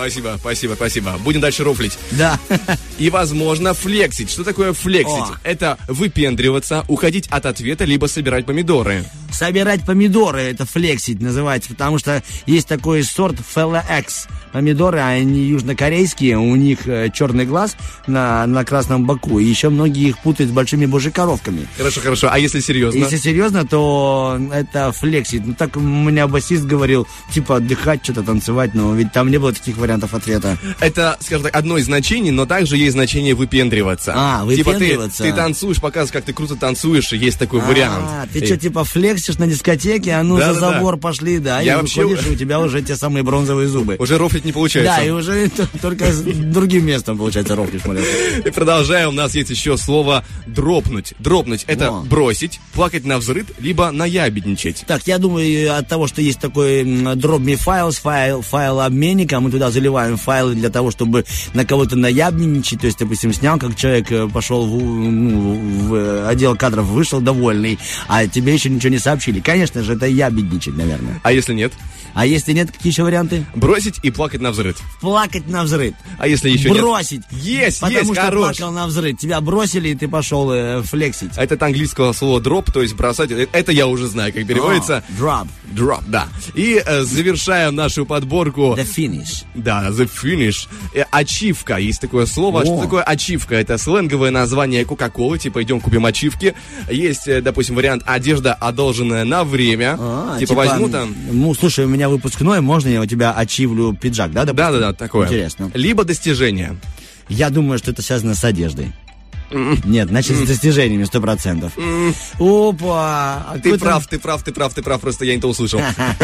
Спасибо. Будем дальше рофлить. Да. И, возможно, флексить. Что такое флексить? Это выпендриваться, уходить от ответа, либо собирать помидоры. Собирать помидоры — это флексить называется, потому что есть такой сорт FLX. Помидоры, они южнокорейские, у них черный глаз на красном боку. И еще многие их путают с большими божьей-коровками. Хорошо. А если серьезно? Если серьезно, то это флексить. Ну, так у меня басист говорил, типа отдыхать, что-то танцевать, но ведь там не было таких вариантов ответа. Это, скажем так, одно из значений, но также есть значение выпендриваться. Выпендриваться. Типа ты танцуешь, показываешь, как ты круто танцуешь, и есть такой вариант. Ты что, типа флексишь на дискотеке, за забор пошли, да, и выходишь, и у тебя уже те самые бронзовые зубы. Уже рофлить не получается. Да, и уже только с другим местом, получается, рофлишь, малец. И продолжаем, у нас есть еще слово дропнуть. Дропнуть — это бросить, плакать навзрыд, либо наябедничать. Так, я думаю, от того, что есть такой drop me files, файл обменника, мы туда заливаем файлы для того, чтобы на кого-то наябедничать, то есть, допустим, снял, как человек пошел в отдел кадров, вышел довольный, а тебе еще ничего не сообщил, сообщили. Конечно же, это ябедничать, наверное. А если нет? А если нет, какие еще варианты? Бросить и плакать навзрыд. Плакать навзрыд. А если еще нет? Бросить. Потому что хорош. плакал навзрыд. Тебя бросили, и ты пошел флексить. Это от английского слова drop, то есть бросать. Это я уже знаю, как переводится. Drop. Drop, да. И завершаем нашу подборку. The finish. Да, the finish. Ачивка. Есть такое слово. Что такое ачивка? Это сленговое название Кока-Колы. Типа, идем купим ачивки. Есть, допустим, вариант одежда, одолженная на время. Типа, возьму там... Ну, слушай, у меня выпускной, можно я у тебя ачивлю пиджак, да? Допустим? Да, такое. Интересно. Либо достижение. Я думаю, что это связано с одеждой. Нет, значит, с достижениями 100%. Опа! Ты прав, просто я не то услышал.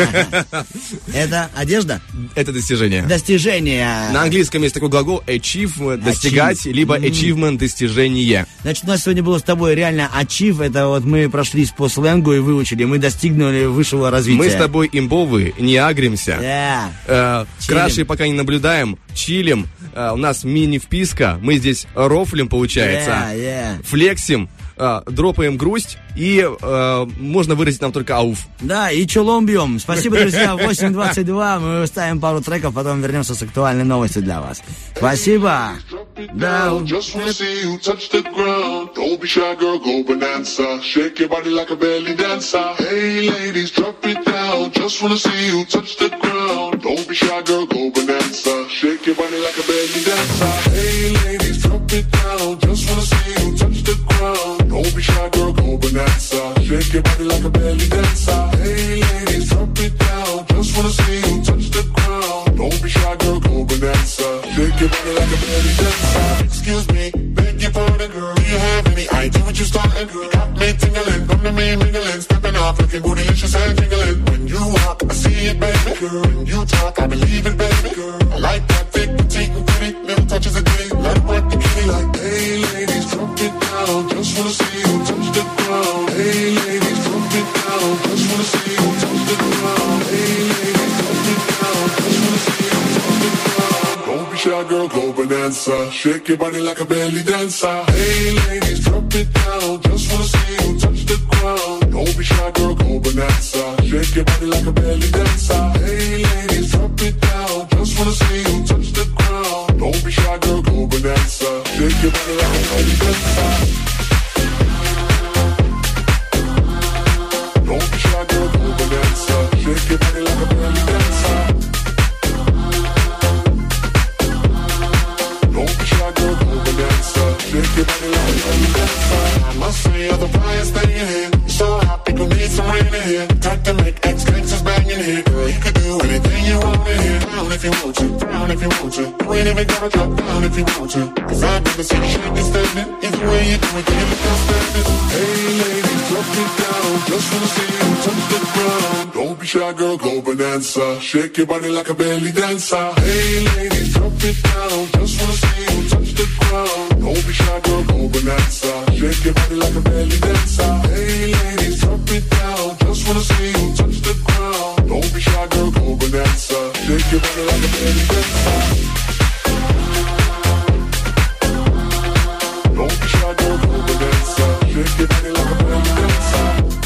Это одежда? Это достижение. Достижение. На английском есть такой глагол achieve, достигать, либо achievement, достижение. Значит, у нас сегодня было с тобой реально achieve, это вот мы прошлись по сленгу и выучили, мы достигнули высшего развития. Мы с тобой имбовые, не агримся. Краши пока не наблюдаем, чилим. У нас мини-вписка, мы здесь рофлим, получается. Флексим, дропаем грусть, и можно выразить нам только ауф. Да, и чулом бьем. Спасибо, друзья. 8:22. Мы ставим пару треков, потом вернемся с актуальной новостью для вас. Спасибо. Да. Just wanna see you touch the ground. Don't be shy, girl, go bonanza. Shake your body like a belly dancer. Hey, ladies, drop it down. Just wanna see you touch the ground. Don't be shy, girl, go bonanza. Shake your body like a belly dancer. Hey, ladies, drop it down. Just wanna see you touch the ground. Don't be shy, girl, go bonanza. Shake your body like a belly dancer. Hey, ladies, drop it down. Just wanna see you touch the ground. Don't be shy, girl, go bonanza. Shake your body like a belly dancer. Excuse me, beg your pardon, girl. Do you have any idea what you starting, girl? You got me tingling, come to me mingling, stepping off, looking bootylicious and jingling. When you walk, I see it, baby, girl. When you talk, I believe it, baby, girl. I like that thick, petite, and pretty, little touches of ditty. Let it work the kitty like, hey, ladies, drop it down. Just wanna see you touch the ground. Hey, ladies, drop it down. Just wanna see you touch the ground. Hey, ladies, drop it down. Just wanna see you touch the ground. Don't be shy, girl, go bonanza. Shake your body like a belly dancer. Hey, ladies, drop it down. Just wanna see you touch the ground. Don't be shy, girl, go bonanza. Shake your body like a belly dancer. Hey, ladies, drop it down. Just wanna see you touch the ground. Don't be shy, girl, go bonanza. Shake your body like a belly dancer. Don't be shy, girl, go bonanza. Shake your body like a belly dancer. Don't be shy, girl, go bonanza. Shake your body like a belly dancer. I must say you're the brightest thing in here. You're so hot, people need some rain in here. Time to make ex-gangsters bang in here. Girl, you could do anything you want in here. Down if you want to, down if you want to. You ain't even gotta drop down if you want to. Cause I've never seen you shake and standing. Either way you do it, you look outstanding. Hey ladies, drop it down. Just wanna see you touch the ground. Don't be shy, girl, go bonanza. Shake your body like a belly dancer. Hey ladies, drop it down. Just wanna see you touch the ground. Don't be shy, girl, go bonanza. Shake your body like a belly dancer. Hey ladies, drop it down. Just wanna see you touch the ground. Don't be shy, girl, go bonanza. Shake your body like a belly dancer. Don't be shy, girl, go bonanza. Shake your body like a belly dancer.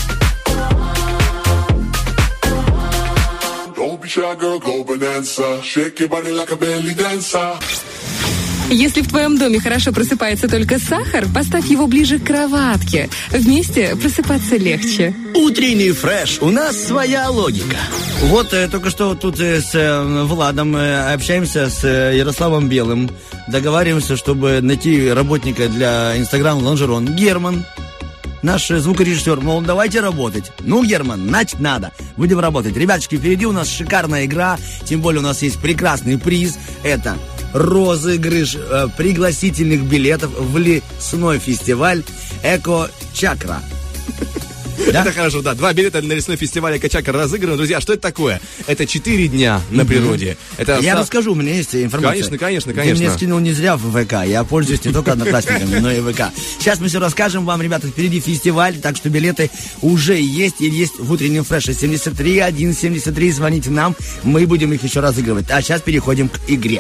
Don't be shy, girl, go bonanza. Shake your body like a belly dancer. Если в твоем доме хорошо просыпается только сахар, поставь его ближе к кроватке. Вместе просыпаться легче. Утренний фреш. У нас своя логика. Вот только что тут с Владом общаемся с Ярославом Белым. Договариваемся, чтобы найти работника для Instagram Лонжерон. Герман, наш звукорежиссер, мол, давайте работать. Ну, Герман, значит, надо. Будем работать. Ребяточки, впереди у нас шикарная игра. Тем более у нас есть прекрасный приз. Это розыгрыш пригласительных билетов в лесной фестиваль Эко-Чакра. Да? Это хорошо, да. 2 билета на лесной фестиваль Эко-Чакра разыграны. Друзья, что это такое? Это 4 дня на природе. Это я расскажу, у меня есть информация. Конечно. Ты мне скинул не зря в ВК. Я пользуюсь не только Одноклассниками, но и ВК. Сейчас мы все расскажем вам, ребята, впереди фестиваль, так что билеты уже есть и есть в утреннем фреше. 73-173, звоните нам, мы будем их еще разыгрывать. А сейчас переходим к игре.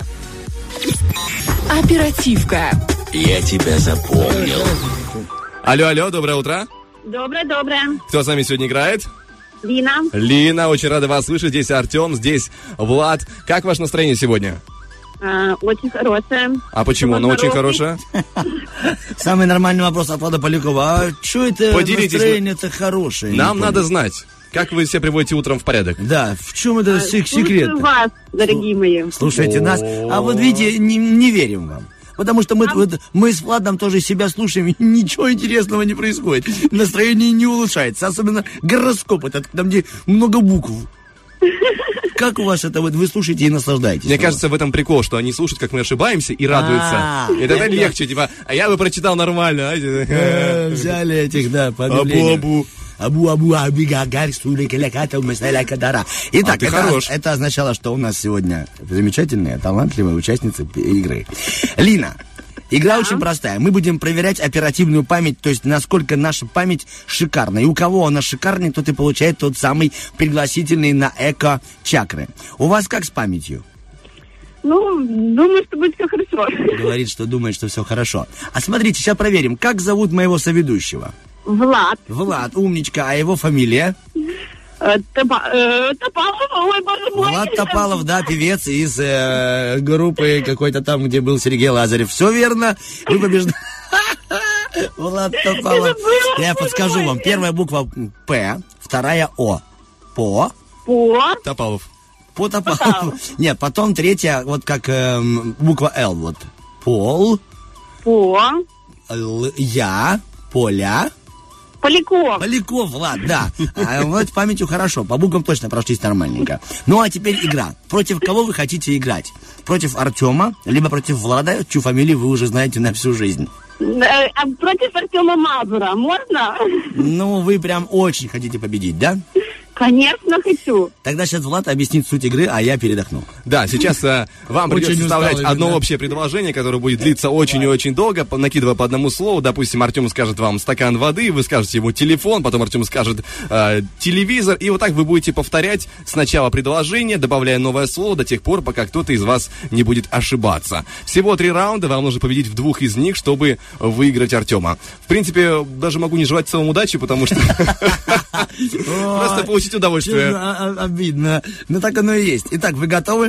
Оперативка. Я тебя запомнил. Алло, доброе утро. Доброе. Кто с нами сегодня играет? Лина. Лина, очень рада вас слышать. Здесь Артем, здесь Влад. Как ваше настроение сегодня? Очень хорошее. А почему оно очень хорошее? Самый нормальный вопрос от Влада Полякова. А что это Поделитесь. настроение-то хорошее? Нам надо знать, как вы себя приводите утром в порядок. Да, в чем это секрет? Слушаю вас, дорогие мои. Слушайте нас. А вот видите, не верим вам. Потому что мы с Владом тоже себя слушаем, и ничего интересного не происходит. Настроение не улучшается. Особенно гороскоп этот, там где много букв. Как у вас это вот вы слушаете и наслаждаетесь? Мне кажется, в этом прикол, что они слушают, как мы ошибаемся, и радуются. И тогда легче, типа, а я бы прочитал нормально. Взяли этих, да, по объявлению. Итак, это означало, что у нас сегодня замечательная, талантливая участница игры. Лина, игра очень простая. Мы будем проверять оперативную память, то есть насколько наша память шикарна. И у кого она шикарнее, тот и получает тот самый пригласительный на эко-чакры. У вас как с памятью? Ну, думаю, что будет все хорошо. Говорит, что думает, что все хорошо. А смотрите, сейчас проверим, как зовут моего соведущего? Влад. Влад, умничка, а его фамилия? Топалов, ой, боже мой. Влад Топалов, да, певец из группы какой-то там, где был Сергей Лазарев. Все верно, вы побеждаете. Влад Топалов. Я подскажу вам. Первая буква П, вторая О. По. Топалов. По Топалов. Нет, потом третья, вот как буква Л, вот. Пол. Я. Поля. Поляков, Влад, да. А вот с памятью хорошо, по буквам точно прошлись нормальненько. Ну, а теперь игра. Против кого вы хотите играть? Против Артема, либо против Влада, чью фамилию вы уже знаете на всю жизнь? Против Артема Мазура, можно? Ну, вы прям очень хотите победить, да? Конечно, хочу. Тогда сейчас Влад объяснит суть игры, а я передохну. Да, сейчас вам придется составлять одно общее предложение, которое будет длиться очень и очень долго, накидывая по одному слову. Допустим, Артем скажет вам стакан воды, вы скажете ему телефон, потом Артем скажет телевизор, и вот так вы будете повторять сначала предложение, добавляя новое слово до тех пор, пока кто-то из вас не будет ошибаться. Всего 3 раунда, вам нужно победить в 2 из них, чтобы выиграть Артема. В принципе, даже могу не желать целому удачи, потому что просто получить удовольствие. Обидно. Но так оно и есть. Итак, вы готовы?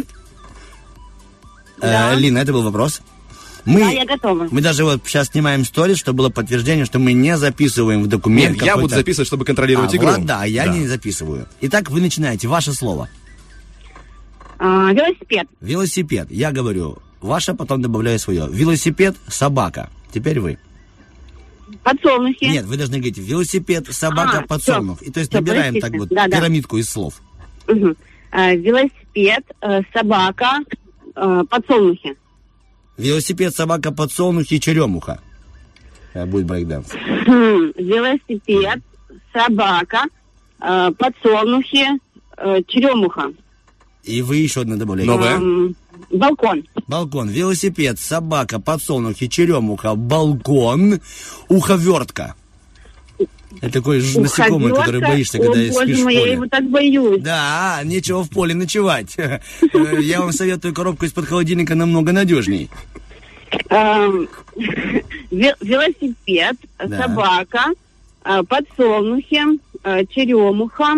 Да. Лина, это был вопрос. Да, я готова. Мы даже вот сейчас снимаем сторис, чтобы было подтверждение, что мы не записываем в документ. Нет, я буду записывать, чтобы контролировать игру. Влад, да, я не записываю. Итак, вы начинаете. Ваше слово. Велосипед. Велосипед. Я говорю ваше, потом добавляю свое. Велосипед, собака. Теперь вы. Подсолнухи. Нет, вы должны говорить велосипед, собака, подсолнух. И то есть набираем так вот пирамидку из слов. Велосипед, собака, подсолнухи. Велосипед, собака, подсолнухи, черемуха. Будет брейкданс. Велосипед, собака, подсолнухи, черемуха. И вы еще одно добавляете. Новое. Балкон. Балкон. Велосипед, собака, подсолнухи, черемуха, балкон, уховертка. Это такой насекомый, который боишься, когда спишь в поле. Боже мой, я его так боюсь. Да, нечего в поле ночевать. Я вам советую коробку из-под холодильника намного надежней. Велосипед, собака, подсолнухи, черемуха,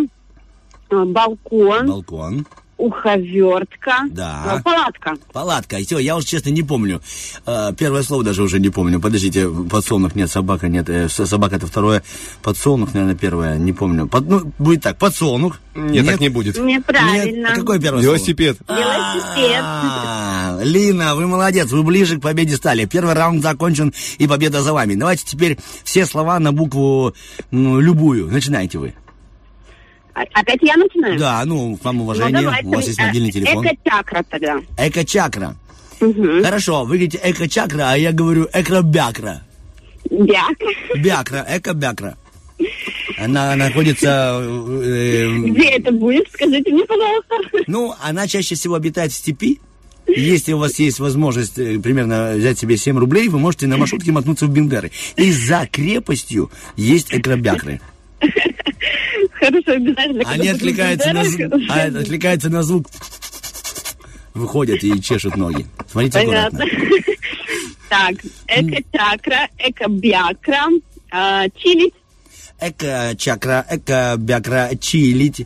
балкон. Уховертка. Да. Палатка. Палатка. Все, я уже честно не помню. Первое слово даже уже не помню. Подождите, подсолнух нет, собака нет. Собака это второе. Подсолнух, наверное, первое. Не помню. Ну, будет так. Подсолнух. Нет, так не будет. Неправильно. Нет. Какое первое Велосипед. слово? Велосипед. Лина, вы молодец. Вы ближе к победе стали. Первый раунд закончен, и победа за вами. Давайте теперь все слова на букву любую. Начинайте вы. Опять я начинаю? Да, к вам уважение. Ну, у вас есть мобильный телефон. Эко-чакра тогда. Эко-чакра. Угу. Хорошо, вы говорите эко-чакра, а я говорю эко-бякра. Бякра, эко-бякра. Она находится... Где это будет? Скажите мне, пожалуйста. Она чаще всего обитает в степи. Если у вас есть возможность примерно взять себе 7 рублей, вы можете на маршрутке мотнуться в Бендеры. И за крепостью есть эко-бякры. Хорошо, обязательно. Они откликаются на звук. Выходят и чешут ноги. Смотрите аккуратно. Так, эко-чакра, эко-бякра, чили. эко-чакра, эко-бякра, чилить,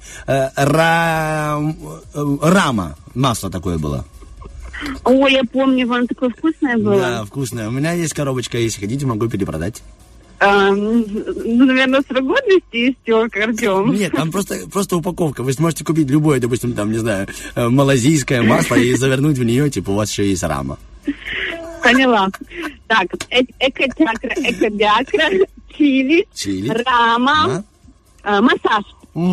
рама. Масло такое было. Ой, я помню, вам такое вкусное было. Да, вкусное. У меня есть коробочка, если хотите, могу перепродать. Наверное, срок годности истек, Артем. Нет, там просто упаковка. Вы сможете купить любое, допустим, там, не знаю, малазийское масло и завернуть в нее, типа, у вас еще есть рама. Поняла. Так, эко-чакра, эко-бякра, чили, рама, массаж.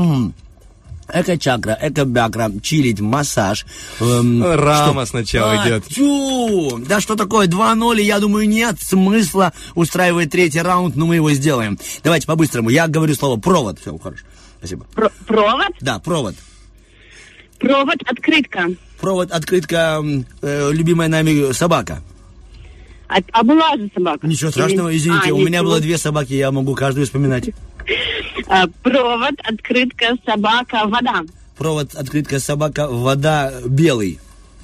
Эко-чакра, эко-бякра, чилить, массаж. Рама сначала идет. Тю! Да что такое, 2-0, я думаю, нет смысла устраивать третий раунд, но мы его сделаем. Давайте по-быстрому. Я говорю слово провод. Все, хорошо. Спасибо. Провод? Да, провод. Провод, открытка. Провод, открытка, любимая нами собака. А была же собака? Ничего страшного, извините, у меня было 2 собаки, я могу каждую вспоминать. Провод, открытка, собака, вода. Провод, открытка, собака, вода, белый.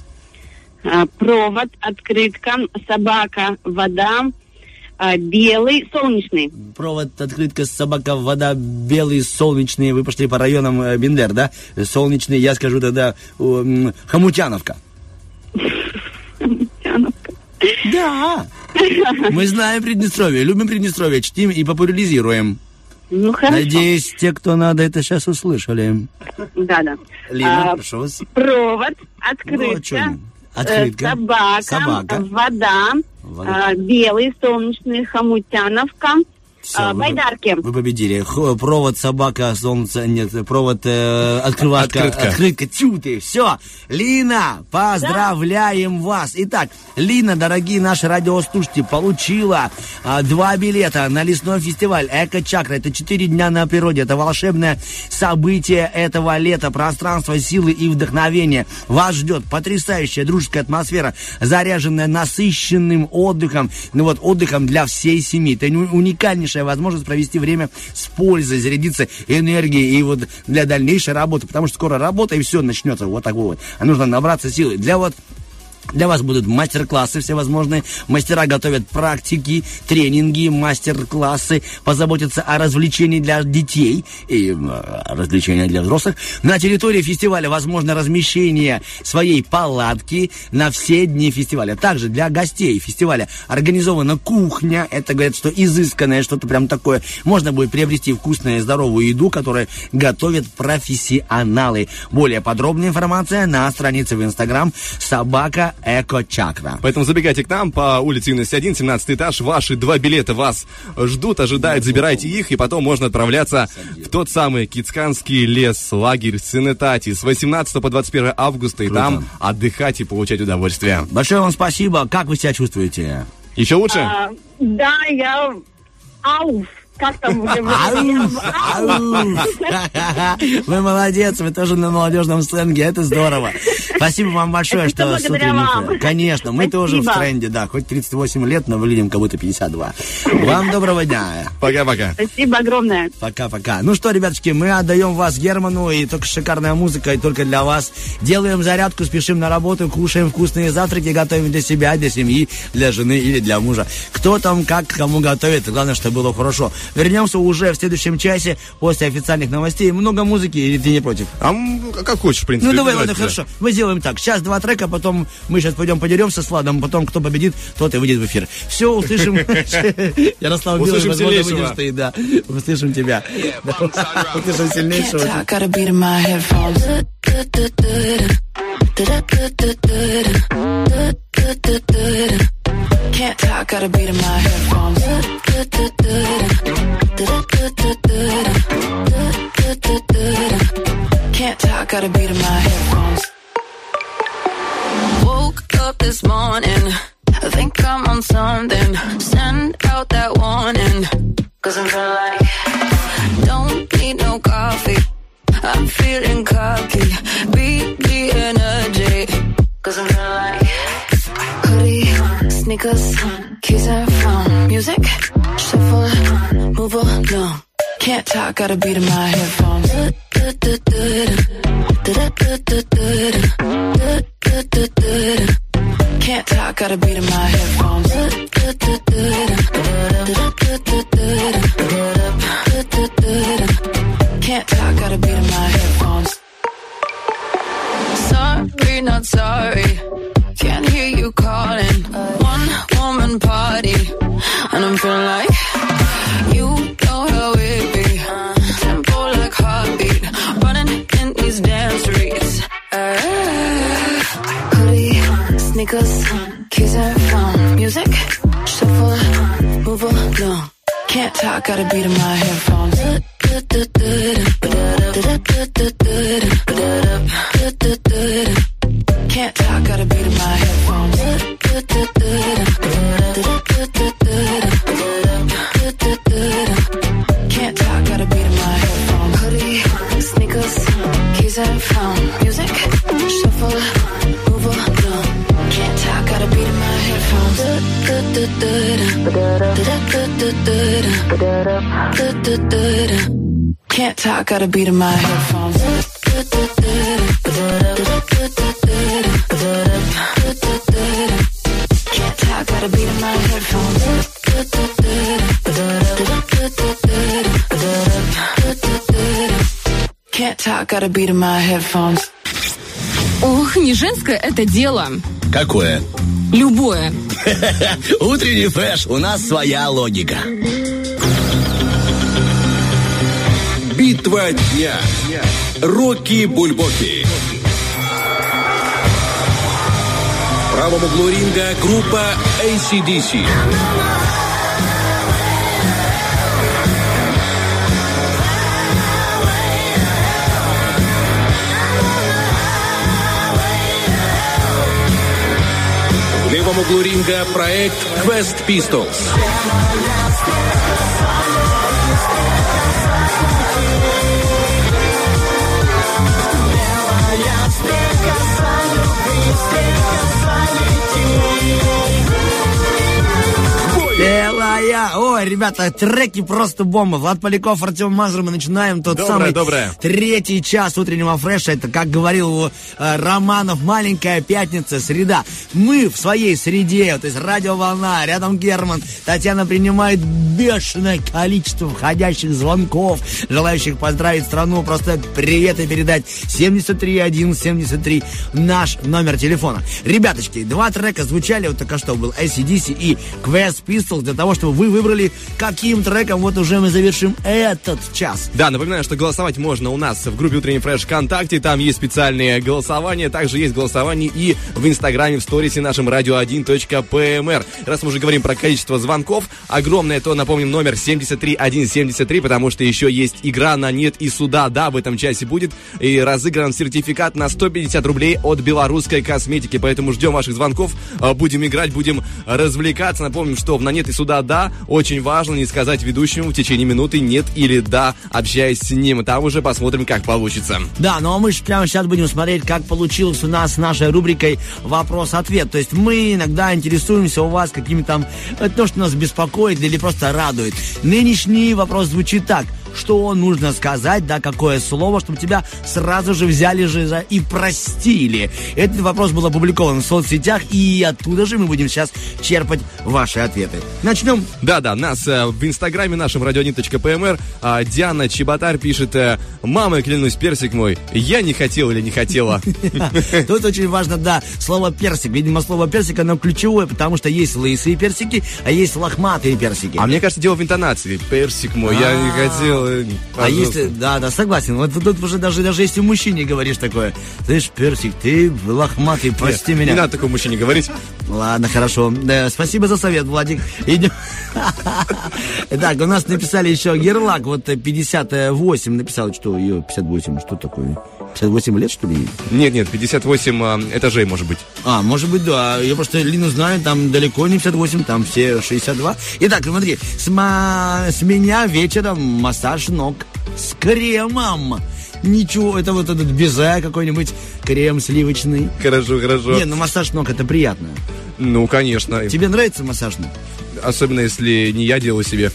Провод, открытка, собака, вода, белый, солнечный. Провод, открытка, собака, вода, белый, солнечный. Вы пошли по районам Бендер, да? Солнечный, я скажу тогда Хомутяновка. Хомутяновка. Да. Мы знаем Приднестровье, любим Приднестровье, чтим и популяризируем. Ну, хорошо. Надеюсь, те, кто надо, это сейчас услышали. Да. Лина, прошу вас. Провод, открытка, собака, вода, белый, солнечный, Хомутяновка, байдарки. Вы победили. Провод, собака, солнце, нет, провод, открытка. Тю ты, все. Лина, поздравляем вас. Итак, Лина, дорогие наши радиослушатели, получила 2 билета на лесной фестиваль Эко-чакра. Это 4 дня на природе. Это волшебное событие этого лета. Пространство силы и вдохновения. Вас ждет потрясающая дружеская атмосфера, заряженная насыщенным отдыхом. Отдыхом для всей семьи. Это уникальнейшая возможность провести время с пользой, зарядиться энергией и для дальнейшей работы, потому что скоро работа и все начнется вот так вот. А нужно набраться силы. Для вас будут мастер-классы всевозможные. Мастера готовят практики, тренинги, мастер-классы, позаботятся о развлечении для детей и развлечения для взрослых. На территории фестиваля возможно размещение своей палатки на все дни фестиваля. Также для гостей фестиваля организована кухня. Это, говорят, что изысканное, что-то прям такое. Можно будет приобрести вкусную и здоровую еду, которую готовят профессионалы. Более подробная информация на странице в Инстаграм собака Эко-чакра. Поэтому забегайте к нам по улице Юности 1, 17 этаж. Ваши 2 билета вас ждут, ожидают. Забирайте их, и потом можно отправляться в тот самый Кицканский лес, лагерь Синетати с 18 по 21 августа. И там отдыхать и получать удовольствие. Большое вам спасибо. Как вы себя чувствуете? Еще лучше? Да, я... Ауф. Как там уже? Вы молодец, вы тоже на молодежном сленге, это здорово. Спасибо вам большое, что с утренним. Конечно, мы тоже в тренде, да, хоть 38 лет, но выглядим как будто 52. Вам доброго дня. Пока-пока. Спасибо огромное. Пока-пока. Ну что, ребяточки, мы отдаем вас Герману, и только шикарная музыка, и только для вас. Делаем зарядку, спешим на работу, кушаем вкусные завтраки, готовим для себя, для семьи, для жены или для мужа. Кто там, как, кому готовит, главное, чтобы было хорошо. Вернемся уже в следующем часе после официальных новостей. Много музыки, или ты не против? Как хочешь, в принципе. Ну давай, ладно, хорошо. Мы сделаем так. Сейчас 2 трека, потом мы сейчас пойдем подеремся с Владом, потом кто победит, тот и выйдет в эфир. Все, услышим. Ярослав Белый, возможно, выйдет стоит, да. Услышим тебя. Услышим сильнейшего. Can't talk, gotta beat in my headphones. Can't talk, gotta beat in my headphones. Woke up this morning, I think I'm on something. Send out that warning, 'cause I'm feeling like don't need no coffee. I'm feeling cocky, beat the energy, 'cause I'm feeling like hoodie, sneakers, keys and phone, music, shuffle, move along. Can't talk, gotta beat in my headphones. Can't talk, gotta beat in my headphones. we're not sorry. Can't hear you calling. One woman party, and I'm feeling like you know how it be. Tempo like heartbeat, running in these damn streets. Hoodie, sneakers, keys and phone. Music, shuffle, move along. Can't talk, got a beat in my headphones. Can't talk, got a beat in my headphones. Can't talk, got a beat in my headphones. Hoodie, sneakers, keys and phone. Music, shuffle, move along. Can't talk, got a beat in my headphones. Can't talk, got a beat in my headphones. Can't talk, got a beat in my headphones. Can't talk, got a beat in my headphones. Ох, не женское это дело. Какое? Любое. Утренний фреш, у нас своя логика. Битва дня. Рокки Бульбоки. В правом углу ринга группа AC/DC. В левом углу ринга проект Quest Pistols. Белая. Ой, ребята, треки просто бомба. Влад Поляков, Артем Мазур. Мы начинаем тот самый третий час утреннего фреша. Это, как говорил Романов, маленькая пятница, среда. Мы в своей среде, то есть радиоволна, рядом Герман. Татьяна принимает бешеное количество входящих звонков, желающих поздравить страну, просто приветы передать. 73173 наш номер телефона. Ребяточки, два трека звучали, вот только что был AC/DC и Quest Pistols, для того, чтобы вы выбрали, каким треком вот уже мы завершим этот час. Да, напоминаю, что голосовать можно у нас в группе Утренний Фреш ВКонтакте, там есть специальные голосования, также есть голосование и в Инстаграме, в сторисе нашем radio1.pmr. Раз мы уже говорим про количество звонков, огромное, то напомним номер 73173, потому что еще есть игра на нет и суда, да, в этом часе будет, и разыгран сертификат на 150 рублей от белорусской косметики, поэтому ждем ваших звонков, будем играть, будем развлекаться. Напомним, что в «На нет и суда, да» очень важно не сказать ведущему в течение минуты «нет» или «да», общаясь с ним. Там уже посмотрим, как получится. Да, ну а мы же прямо сейчас будем смотреть, как получилось у нас с нашей рубрикой «Вопрос-ответ». То есть мы иногда интересуемся у вас какими-то то, что нас беспокоит или просто радует. Нынешний вопрос звучит так. Что нужно сказать, да, какое слово, чтобы тебя сразу же взяли же и простили. Этот вопрос был опубликован в соцсетях, и оттуда же мы будем сейчас черпать ваши ответы. Начнем? Да, нас в Инстаграме нашем radio1.pmr Диана Чеботарь пишет: «Мама, клянусь, персик мой, я не хотел или не хотела». Тут очень важно, да, слово персик. Видимо, слово персик, оно ключевое, потому что есть лысые персики, а есть лохматые персики. А мне кажется, дело в интонации. Персик мой, я не хотел. А если, да, согласен. Вот тут уже даже если мужчине говоришь такое, знаешь, персик, ты лохматый, прости меня. Не надо такому мужчине говорить. Ладно, хорошо. Да, спасибо за совет, Владик. Идем. Так, у нас написали еще Герлак, вот 58 написал, что ее 58, что такое? 58 лет, что ли? Нет, 58 этажей, может быть. Может быть, да. Я просто Лину знаю, там далеко не 58, там все 62. Итак, смотри, с меня вечером массаж ног с кремом. Ничего, это вот этот безе какой-нибудь, крем сливочный. Хорошо. Не, ну массаж ног это приятно. Ну, конечно. Тебе нравится массаж ног? Особенно, если не я делаю себе.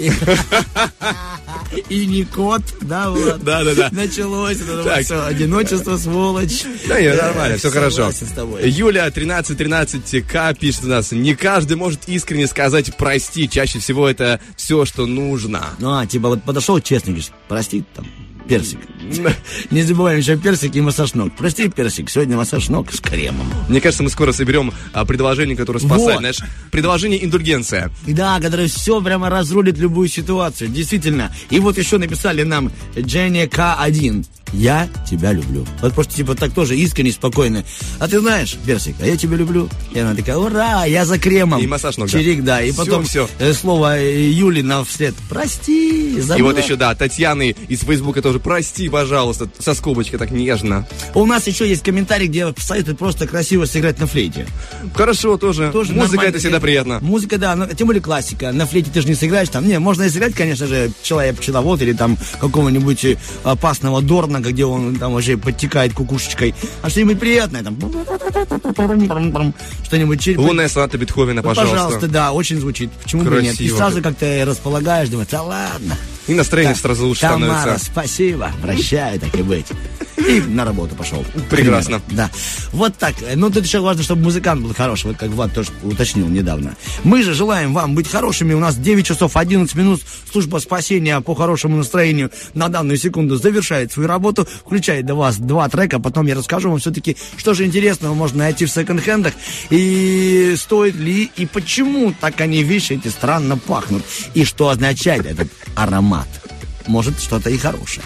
И не кот, да, Влад? Да. Началось это все, одиночество, сволочь. Да нет, нормально, все хорошо. Юля 1313К пишет у нас: не каждый может искренне сказать «прости». Чаще всего это все, что нужно. Ну, типа вот подошел честно, говоришь, прости, там, Персик. Не забываем еще персик и массаж ног. Прости, персик, сегодня массаж ног с кремом. Мне кажется, мы скоро соберем предложение, которое спасает. Вот. Знаешь, предложение индульгенция. Да, которое все прямо разрулит любую ситуацию. Действительно. И вот еще написали нам Дженни К1. Я тебя люблю. Вот просто типа так тоже искренне, спокойно. А ты знаешь, персик, а я тебя люблю. И она такая, ура, я за кремом. И массаж ног. Чирик, да. И потом все. Слово Юли нам вслед. Прости, забыла. И вот еще, да, Татьяны из Фейсбука тоже. Прости, пожалуйста, со скобочкой так нежно. У нас еще есть комментарий, где советуют просто красиво сыграть на флейте. Хорошо, тоже музыка нормально. это всегда приятно. Музыка, да, но тем более классика. На флейте ты же не сыграешь там. Не, можно и сыграть, конечно же, пчеловод или там какого-нибудь опасного дорна, где он там уже подтекает кукушечкой. А что-нибудь приятное там. Что-нибудь. Лунная соната Бетховена, пожалуйста. Пожалуйста, да, очень звучит. Почему бы нет? И сразу как-то располагаешь, думаешь, да ладно. И настроение сразу лучше становится. Тамара, спасибо, прощаю, так и быть. И на работу пошел. Прекрасно. Да. Вот так. Но тут еще важно, чтобы музыкант был хороший. Вот как Влад тоже уточнил недавно. Мы же желаем вам быть хорошими. У нас 9 часов 11 минут. Служба спасения по хорошему настроению на данную секунду завершает свою работу. Включает для вас 2 трека. Потом я расскажу вам все-таки, что же интересного можно найти в секонд-хендах. И стоит ли, и почему так они, вещи эти, странно пахнут. И что означает этот аромат. Может, что-то и хорошее.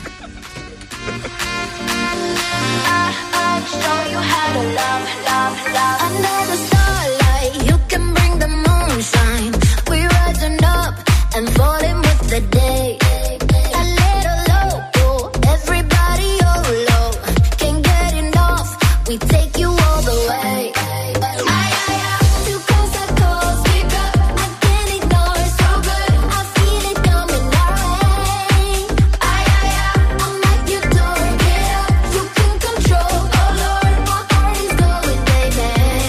Under the starlight, you can bring the moonshine. We're rising up and falling with the day. A little low, everybody low. Can't get enough, we take you all the way. Too close, that close, speak up. I can't ignore it, so good. I feel it coming our way. I'm like you don't get up. You can control, oh Lord, my heart is going, baby.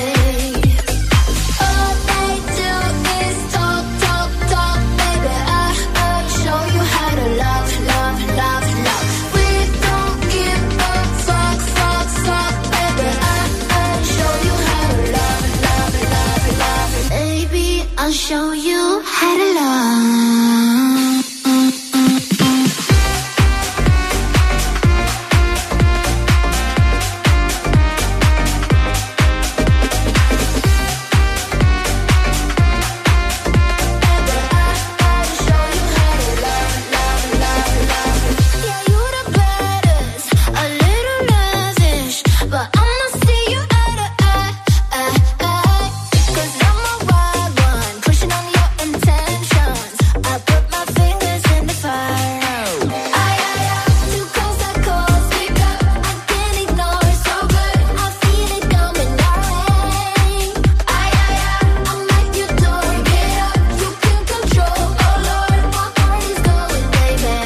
All they do is talk, talk, talk, baby. I show you how to love, love, love, love. We don't give a fuck, fuck, fuck, baby. I show you how to love, love, love, love. Baby, I'll show you how to love. Yeah, you the baddest, a little lavish, but I'ma see you eye to eye. 'Cause I'm a wild one, pushing on your intentions. I put my fingers in the fire. Too close, that close, speak up. I can't ignore it, so good. I feel it coming our way. I'm like you don't get up. You can control, oh Lord, my heart is going, baby.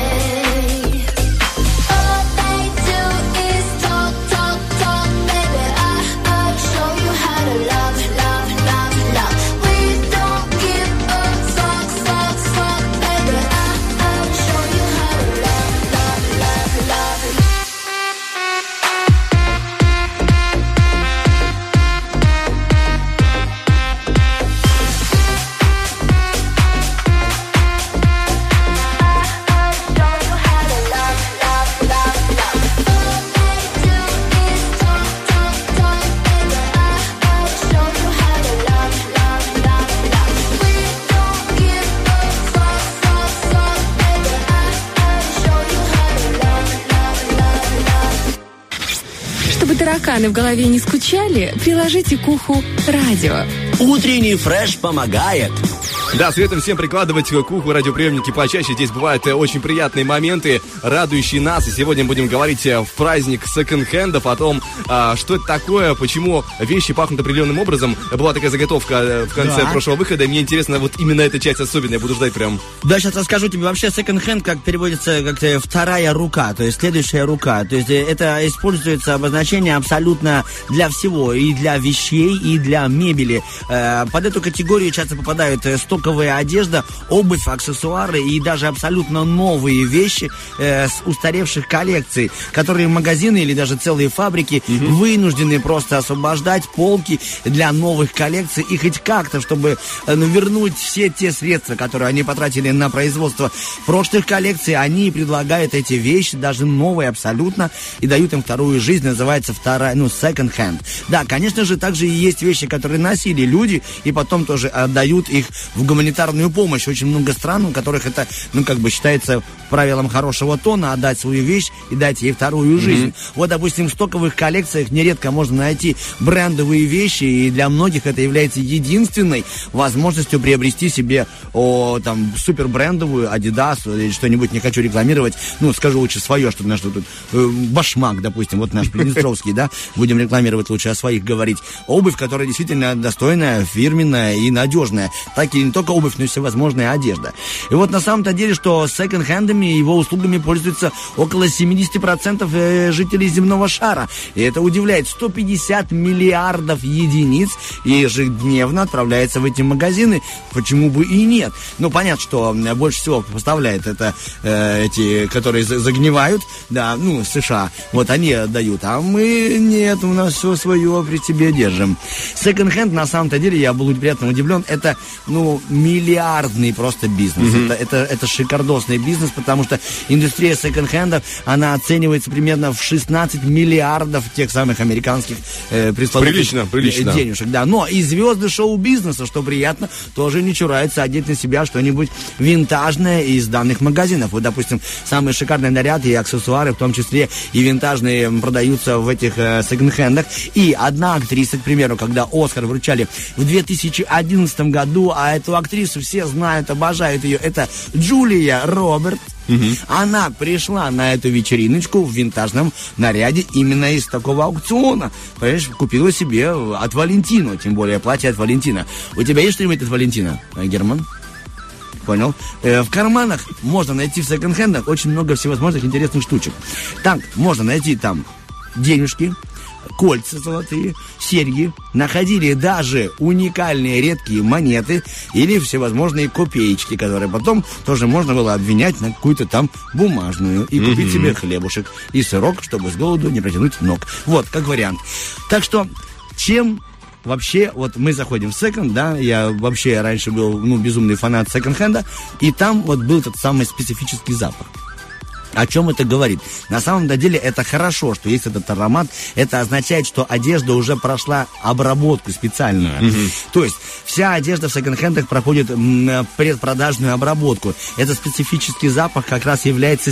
All they do is talk, talk, talk, baby. I show you how to love, love, love, love. We don't give a fuck, fuck, fuck, baby. I show you how to love, love, love, love. Чтобы тараканы в голове не скучали, приложите к уху радио. Утренний фреш помогает. Да, советуем всем прикладывать к уху радиоприемники почаще. Здесь бывают очень приятные моменты, радующие нас. И сегодня будем говорить в праздник секонд-хендов о том, что это такое, почему вещи пахнут определенным образом. Была такая заготовка в конце прошлого выхода, и мне интересно, вот именно эта часть особенно. Я буду ждать прям. Да, сейчас расскажу тебе. Вообще секонд-хенд как переводится как вторая рука, то есть следующая рука. То есть это используется обозначение абсолютно для всего. И для вещей, и для мебели. Под эту категорию часто попадают стоковая одежда, обувь, аксессуары и даже абсолютно новые вещи с устаревших коллекций, которые магазины или даже целые фабрики вынуждены просто освобождать полки для новых коллекций и хоть как-то, чтобы вернуть все те средства, которые они потратили на производство прошлых коллекций, они предлагают эти вещи, даже новые абсолютно, и дают им вторую жизнь, называется вторая, second hand. Да, конечно же, также и есть вещи, которые носили люди, и потом тоже отдают их в гуманитарную помощь. Очень много стран, у которых это, считается правилом хорошего тона, отдать свою вещь и дать ей вторую жизнь. Вот, допустим, в стоковых коллекциях нередко можно найти брендовые вещи, и для многих это является единственной возможностью приобрести себе супербрендовую Adidas или что-нибудь, не хочу рекламировать, скажу лучше свое, что наш тут Башмак, допустим, вот наш Приднестровский, да, будем рекламировать, лучше о своих говорить. Обувь, которая действительно достойная, фирменная и надежная. Так и не только обувь, но и всевозможная одежда. И вот на самом-то деле, что секонд-хендами и его услугами пользуются около 70% жителей земного шара. И это удивляет. 150 миллиардов единиц ежедневно отправляется в эти магазины. Почему бы и нет? Понятно, что больше всего поставляет это эти, которые загнивают, да, США. Вот они отдают, а мы нет, у нас все свое при себе держим. Секонд-хенд, на самом-то деле, я был приятно удивлен, это, миллиардный просто бизнес. Это шикардосный бизнес, потому что индустрия секонд-хендов, она оценивается примерно в 16 миллиардов тех самых американских пресловутых прилично. денежек. Да. Но и звезды шоу-бизнеса, что приятно, тоже не чураются одеть на себя что-нибудь винтажное из данных магазинов. Вот, допустим, самые шикарные наряды и аксессуары, в том числе и винтажные, продаются в этих секонд-хендах. И одна актриса, к примеру, когда Оскар вручали в 2011 году, а эту актрису все знают, обожают ее, это Джулия Робертс. Она пришла на эту вечериночку в винтажном наряде именно из такого аукциона. Понимаешь, купила себе от Валентино, тем более платье от Валентино. У тебя есть что-нибудь от Валентино, Герман? Понял. В карманах можно найти в секонд-хендах очень много всевозможных интересных штучек. Так, можно найти там денежки, кольца золотые, серьги, находили даже уникальные редкие монеты или всевозможные копеечки, которые потом тоже можно было обвинять на какую-то там бумажную и купить себе хлебушек и сырок, чтобы с голоду не протянуть ног. Вот, как вариант. Так что, чем вообще, вот мы заходим в секонд, да, я вообще раньше был, безумный фанат секонд-хенда, и там вот был тот самый специфический запах. О чем это говорит? На самом деле это хорошо, что есть этот аромат. Это означает, что одежда уже прошла обработку специальную. То есть вся одежда в секонд-хендах проходит предпродажную обработку. Это специфический запах как раз является,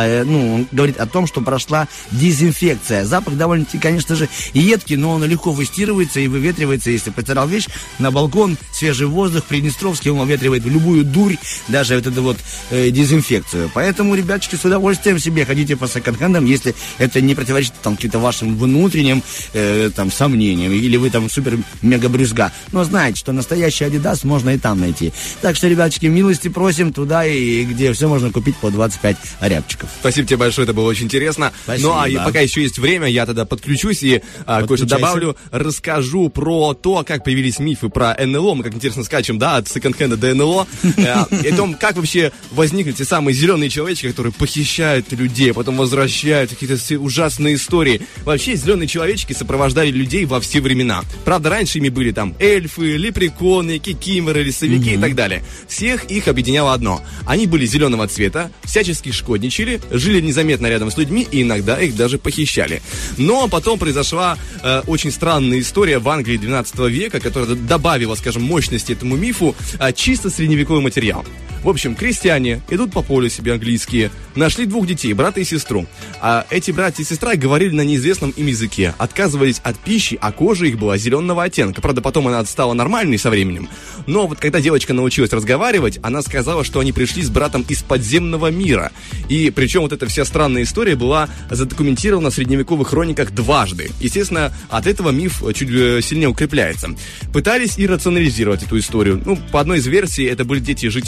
говорит о том, что прошла дезинфекция. Запах довольно-таки, конечно же, едкий, но он легко выстирывается и выветривается. Если постирал вещь на балкон, свежий воздух, Приднестровский, он выветривает любую дурь, даже вот эту вот дезинфекцию. Поэтому, ребяточки, с удовольствием себе ходите по секонд-хендам, если это не противоречит каким-то вашим внутренним сомнениям, или вы там супер-мега-брюзга. Но знаете, что настоящий Adidas можно и там найти. Так что, ребяточки, милости просим туда, и где все можно купить по 25 рябчиков. Спасибо тебе большое, это было очень интересно. Спасибо. Пока еще есть время, я тогда подключусь и кое-что добавлю. Расскажу про то, как появились мифы про НЛО. Мы, как интересно, скачем, да, от секонд-хенда до НЛО. И о том, как вообще возникли те самые зеленые человечки, которые похищают людей, потом возвращают какие-то ужасные истории. Вообще, зеленые человечки сопровождали людей во все времена. Правда, раньше ими были там эльфы, лепреконы, кикиморы, лесовики и так далее. Всех их объединяло одно. Они были зеленого цвета, всячески шкодничали, жили незаметно рядом с людьми и иногда их даже похищали. Но потом произошла очень странная история в Англии 12 века, которая добавила, скажем, мощности этому мифу чисто средневековый материал. В общем, крестьяне идут по полю себе английские, нашли двух детей, брата и сестру. А эти братья и сестра говорили на неизвестном им языке, отказывались от пищи, а кожа их была зеленого оттенка. Правда, потом она стала нормальной со временем. Но вот когда девочка научилась разговаривать, она сказала, что они пришли с братом из подземного мира. И причем вот эта вся странная история была задокументирована в средневековых хрониках дважды. Естественно, от этого миф чуть сильнее укрепляется. Пытались и рационализировать эту историю. По одной из версий, это были дети жителей холмов,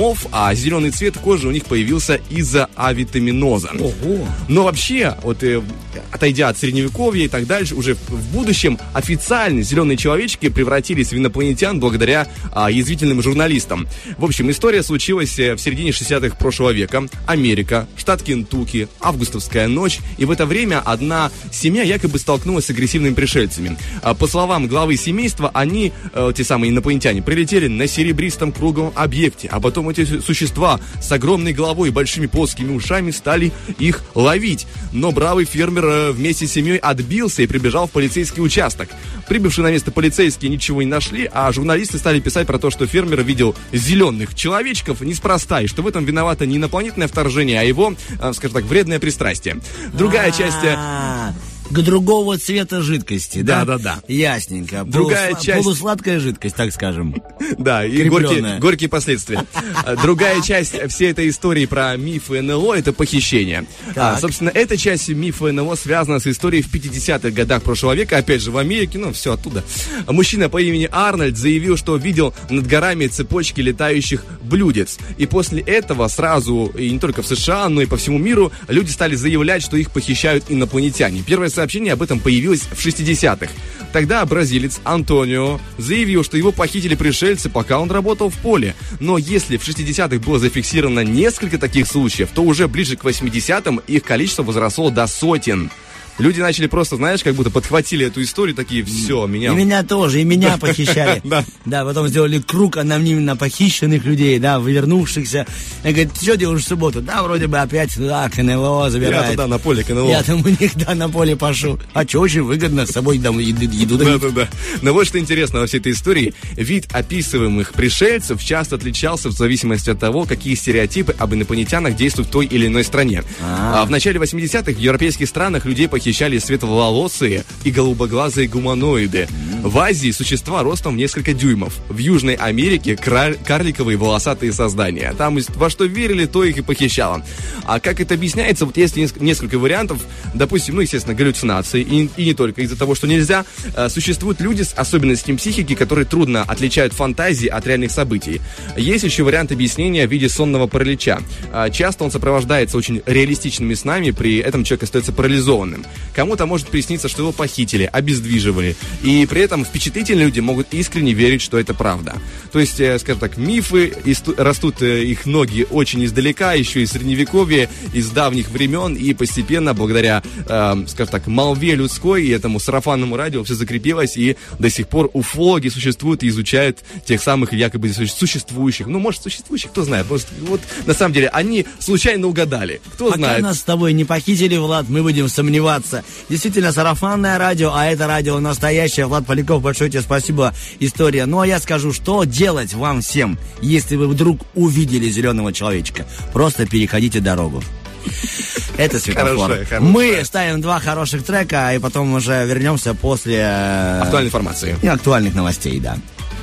умов, а зеленый цвет кожи у них появился из-за авитаминоза. Ого. Но вообще, вот отойдя от средневековья и так дальше, уже в будущем официально зеленые человечки превратились в инопланетян благодаря язвительным журналистам. В общем, история случилась в середине 60-х прошлого века. Америка, штат Кентукки, августовская ночь. И в это время одна семья якобы столкнулась с агрессивными пришельцами. По словам главы семейства, они, те самые инопланетяне, прилетели на серебристом круглом объекте. А потом эти существа с огромной головой и большими плоскими ушами стали их ловить. Но бравый фермер вместе с семьей отбился и прибежал в полицейский участок. Прибывшие на место полицейские ничего не нашли, а журналисты стали писать про то, что фермер видел зеленых человечков неспроста, и что в этом виновато не инопланетное вторжение, а его, скажем так, вредное пристрастие. Другая часть... К другого цвета жидкости, да? Да. Ясненько. Другая часть... Полусладкая жидкость, так скажем. Да, и горькие последствия. Другая часть всей этой истории про мифы НЛО — это похищение. Собственно, эта часть мифа НЛО связана с историей в 50-х годах прошлого века, опять же, в Америке, все оттуда. Мужчина по имени Арнольд заявил, что видел над горами цепочки летающих блюдец. И после этого сразу, и не только в США, но и по всему миру, люди стали заявлять, что их похищают инопланетяне. Первое сообщение об этом появилось в 60-х. Тогда бразилец Антонио заявил, что его похитили пришельцы, пока он работал в поле. Но если в 60-х было зафиксировано несколько таких случаев, то уже ближе к 80-м их количество возросло до сотен. Люди начали просто, знаешь, как будто подхватили эту историю, такие, все, меня... И меня тоже, и меня похищали. Да, потом сделали круг анонимно похищенных людей, да, вывернувшихся. Я говорю, ты что делаешь в субботу? Да, вроде бы опять туда к НЛО забирают. Я туда на поле к НЛО. Я там у них, да, на поле пошел. А что, очень выгодно, с собой там еду дают. Да. Но вот что интересно во всей этой истории. Вид описываемых пришельцев часто отличался в зависимости от того, какие стереотипы об инопланетянах действуют в той или иной стране. В начале 80-х в европейских странах людей похищали светловолосые и голубоглазые гуманоиды. В Азии существа ростом в несколько дюймов. В Южной Америке карликовые волосатые создания. Там во что верили, то их и похищало. А как это объясняется? Вот есть несколько вариантов. Допустим, естественно, галлюцинации. И не только из-за того, что нельзя. Существуют люди с особенностями психики, которые трудно отличают фантазии от реальных событий. Есть еще вариант объяснения в виде сонного паралича. Часто он сопровождается очень реалистичными снами, при этом человек остается парализованным. Кому-то может присниться, что его похитили, обездвиживали. И при этом впечатлительные люди могут искренне верить, что это правда. То есть, скажем так, мифы, растут их ноги очень издалека, еще из средневековья, из давних времен. И постепенно, благодаря, скажем так, молве людской и этому сарафанному радио все закрепилось. И до сих пор уфологи существуют и изучают тех самых якобы существующих. Может, существующих, кто знает. Может, вот на самом деле они случайно угадали. Кто знает. Пока нас с тобой не похитили, Влад, мы будем сомневаться. Действительно, сарафанное радио, а это радио настоящее. Влад Поляков, большое тебе спасибо, история. Ну, а я скажу, что делать вам всем, если вы вдруг увидели зеленого человечка. Просто переходите дорогу. Это светофор. Хорошая. Мы ставим 2 хороших трека, и потом уже вернемся после... актуальной информации. И актуальных новостей, да.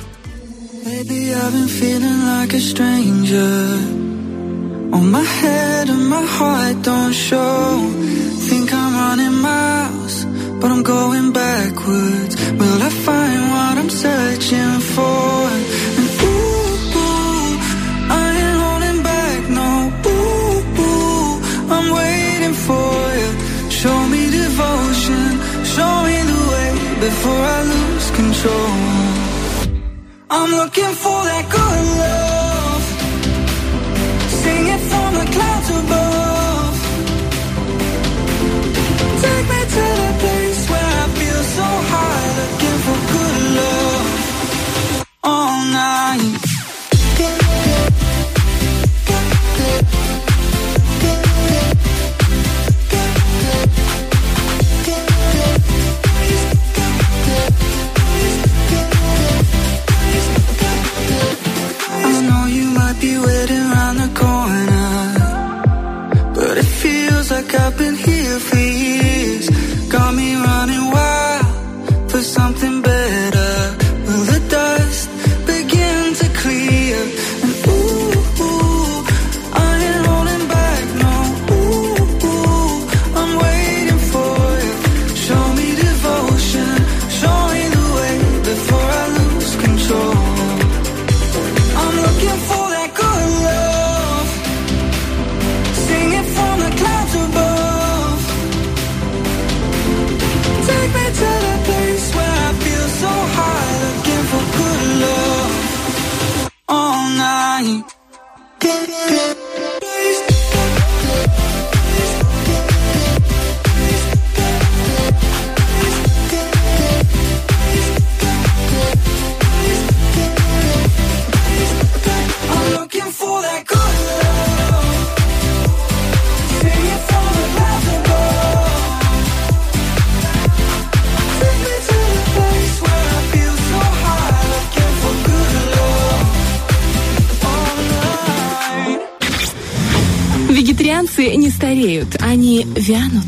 Lately I've been feeling like a stranger. On my head and my heart don't show. Think I'm running miles, but I'm going backwards. Will I find what I'm searching for? And ooh, I ain't holding back, no. Ooh, I'm waiting for you. Show me devotion, show me the way before I lose control. I'm looking for that good love. Sing it from the clouds above. Take me to the place where I feel so high. Looking for good love all night. I know you might be waiting around the corner, but it feels like I've been here for years. Got me running wild for something better. Will the dust begin to clear? And ooh, I ain't holding back, no. Ooh, I'm waiting for you. Show me devotion, show me the way before I lose control. I'm looking for that good love. Танцы не стареют, они вянут.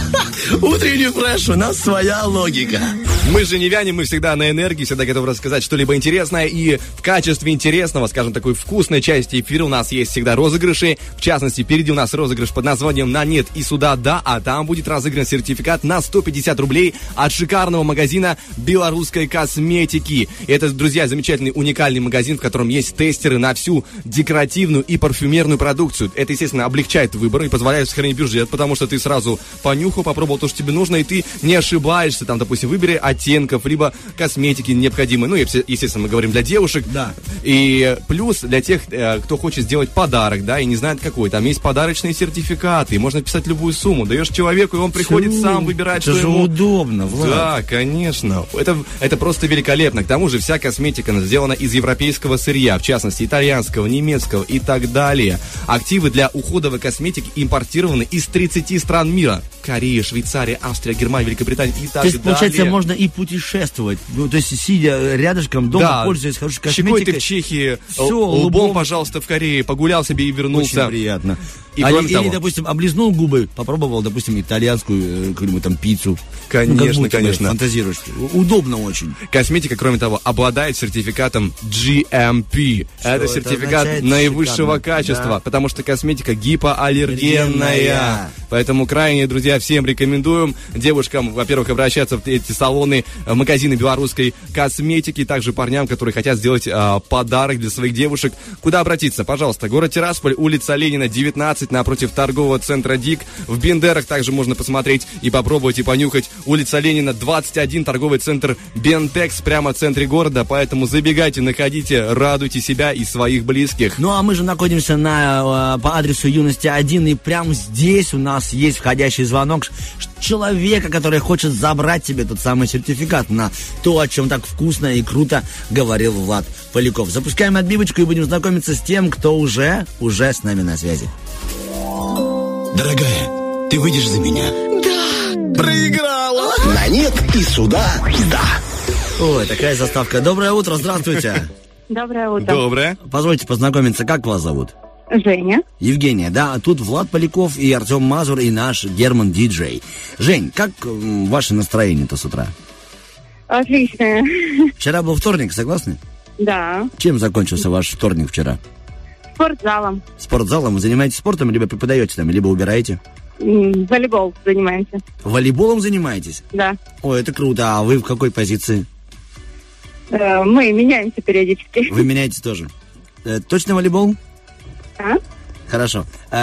Утренний фреш, у нас своя логика. Мы же не вянем, мы всегда на энергии, всегда готовы рассказать что-либо интересное. И в качестве интересного, скажем, такой вкусной части эфира у нас есть всегда розыгрыши. В частности, впереди у нас розыгрыш под названием «На нет и сюда да», а там будет разыгран сертификат на 150 рублей от шикарного магазина белорусской косметики. Это, друзья, замечательный уникальный магазин, в котором есть тестеры на всю декоративную и парфюмерную продукцию. Это, естественно, облегчает выбор и позволяет сохранить бюджет, потому что ты сразу понюхал, попробовал то, что тебе нужно, и ты не ошибаешься. Там, допустим, выбери оттенков, либо косметики необходимой. Ну, естественно, мы говорим для девушек. Да. И плюс для тех, кто хочет сделать подарок, да, и не знает какой. Там есть подарочные сертификаты, и можно писать любую сумму. Даешь человеку, и он приходит сам выбирать, это что же ему... удобно, Влад. Да, конечно. Это просто великолепно. К тому же вся косметика сделана из европейского сырья, в частности, итальянского, немецкого и так далее. Активы для уходовой косметики импортированы из 30 стран мира. Корея, Швейцария, Австрия, Германия, Великобритания и так далее. То есть, получается, можно и путешествовать. Ну, то есть, сидя рядышком дома, да, пользуясь хорошей косметикой. щекой ты в Чехии, Все, лбом, пожалуйста, в Корее, погулял себе и вернулся. Очень приятно. И кроме того... Или, допустим, облизнул губы, попробовал, допустим, итальянскую какую-нибудь там пиццу. Конечно, ну, конечно. Фантазируешь. Удобно очень. Косметика, кроме того, обладает сертификатом GMP. Это сертификат наивысшего качества, да. Потому что косметика гипоаллергенная. Поэтому крайне, друзья, всем рекомендуем девушкам, во-первых, обращаться в эти салоны, магазины белорусской косметики, также парням, которые хотят сделать подарок для своих девушек. Куда обратиться? Пожалуйста, город Тирасполь, улица Ленина, 19, напротив торгового центра ДИК. В Бендерах также можно посмотреть и попробовать, и понюхать. Улица Ленина, 21, торговый центр Бентекс, прямо в центре города. Поэтому забегайте, находите, радуйте себя и своих близких. Ну, а мы же находимся по адресу Юности 1, и прямо здесь у нас есть входящий звонок человека, который хочет забрать тебе тот самый сертификат на то, о чем так вкусно и круто говорил Влад Поляков. Запускаем отбивочку и будем знакомиться с тем, кто уже с нами на связи. Дорогая, ты выйдешь за меня? Да. Проиграла. На нет и сюда да. Ой, такая заставка. Доброе утро, здравствуйте. Доброе утро. Доброе. Позвольте познакомиться, как вас зовут? Женя. Евгения, да, а тут Влад Поляков и Артем Мазур и наш Герман Диджей. Жень, как ваше настроение-то с утра? Отличное. Вчера был вторник, согласны? Да. Чем закончился ваш вторник вчера? Спортзалом. Спортзалом? Вы занимаетесь спортом, либо преподаете там, либо убираете? Волейбол занимаемся. Волейболом занимаетесь? Да. Ой, это круто. А вы в какой позиции? Мы меняемся периодически. Вы меняетесь тоже? Точно волейбол? А? Хорошо.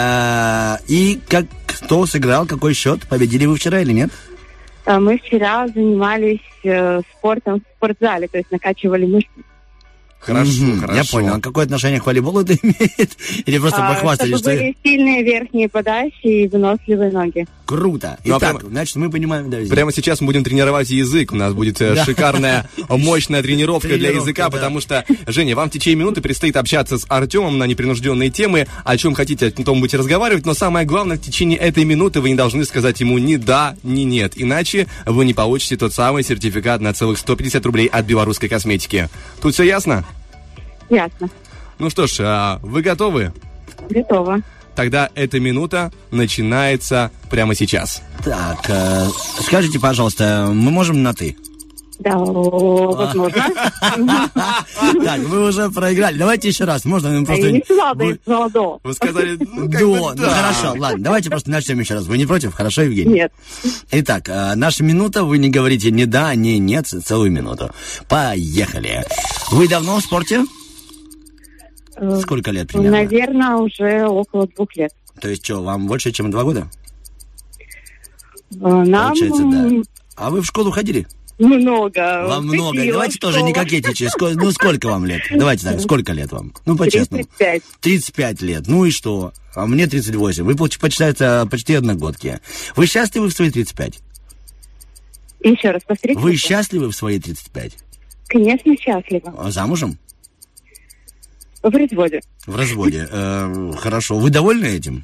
И кто сыграл, какой счет? Победили вы вчера или нет? Мы вчера занимались спортом в спортзале, то есть накачивали мышцы. Хорошо, хорошо. Я понял. А какое отношение к волейболу это имеет? Или просто похвастались, чтобы были сильные верхние подачи и выносливые ноги. Круто. Итак, значит, мы понимаем... Да, прямо сейчас мы будем тренировать язык. У нас будет шикарная, мощная тренировка для языка, потому что, Женя, вам в течение минуты предстоит общаться с Артемом на непринужденные темы, о чем хотите, о том будете разговаривать, но самое главное, в течение этой минуты вы не должны сказать ему ни да, ни нет, иначе вы не получите тот самый сертификат на целых 150 рублей от белорусской косметики. Тут все ясно? Ясно. Ну что ж, вы готовы? Готова. Тогда эта минута начинается прямо сейчас. Так, скажите, пожалуйста, мы можем на «ты»? Да, возможно. Так, вы уже проиграли. Давайте еще раз. Можно? Я не сказала «до». Вы сказали «до». Ну, хорошо, ладно. Давайте просто начнем еще раз. Вы не против? Хорошо, Евгений? Нет. Итак, наша минута. Вы не говорите ни да, ни нет целую минуту. Поехали. Вы давно в спорте? Сколько лет примерно? Наверное, уже около 2 лет. То есть что, вам больше, чем 2 года? Нам... Получается, да. А вы в школу ходили? Много. Вам много. Давайте тоже не кокетничать. Ну, сколько вам лет? Давайте так, сколько лет вам? Ну, по-честному. 35. 35 лет. Ну и что? А мне 38. Вы, почитается, почти одногодки. Вы счастливы в свои 35? Еще раз повторите. Вы счастливы в свои 35? Конечно, счастлива. А замужем? В разводе. В разводе. Хорошо. Вы довольны этим?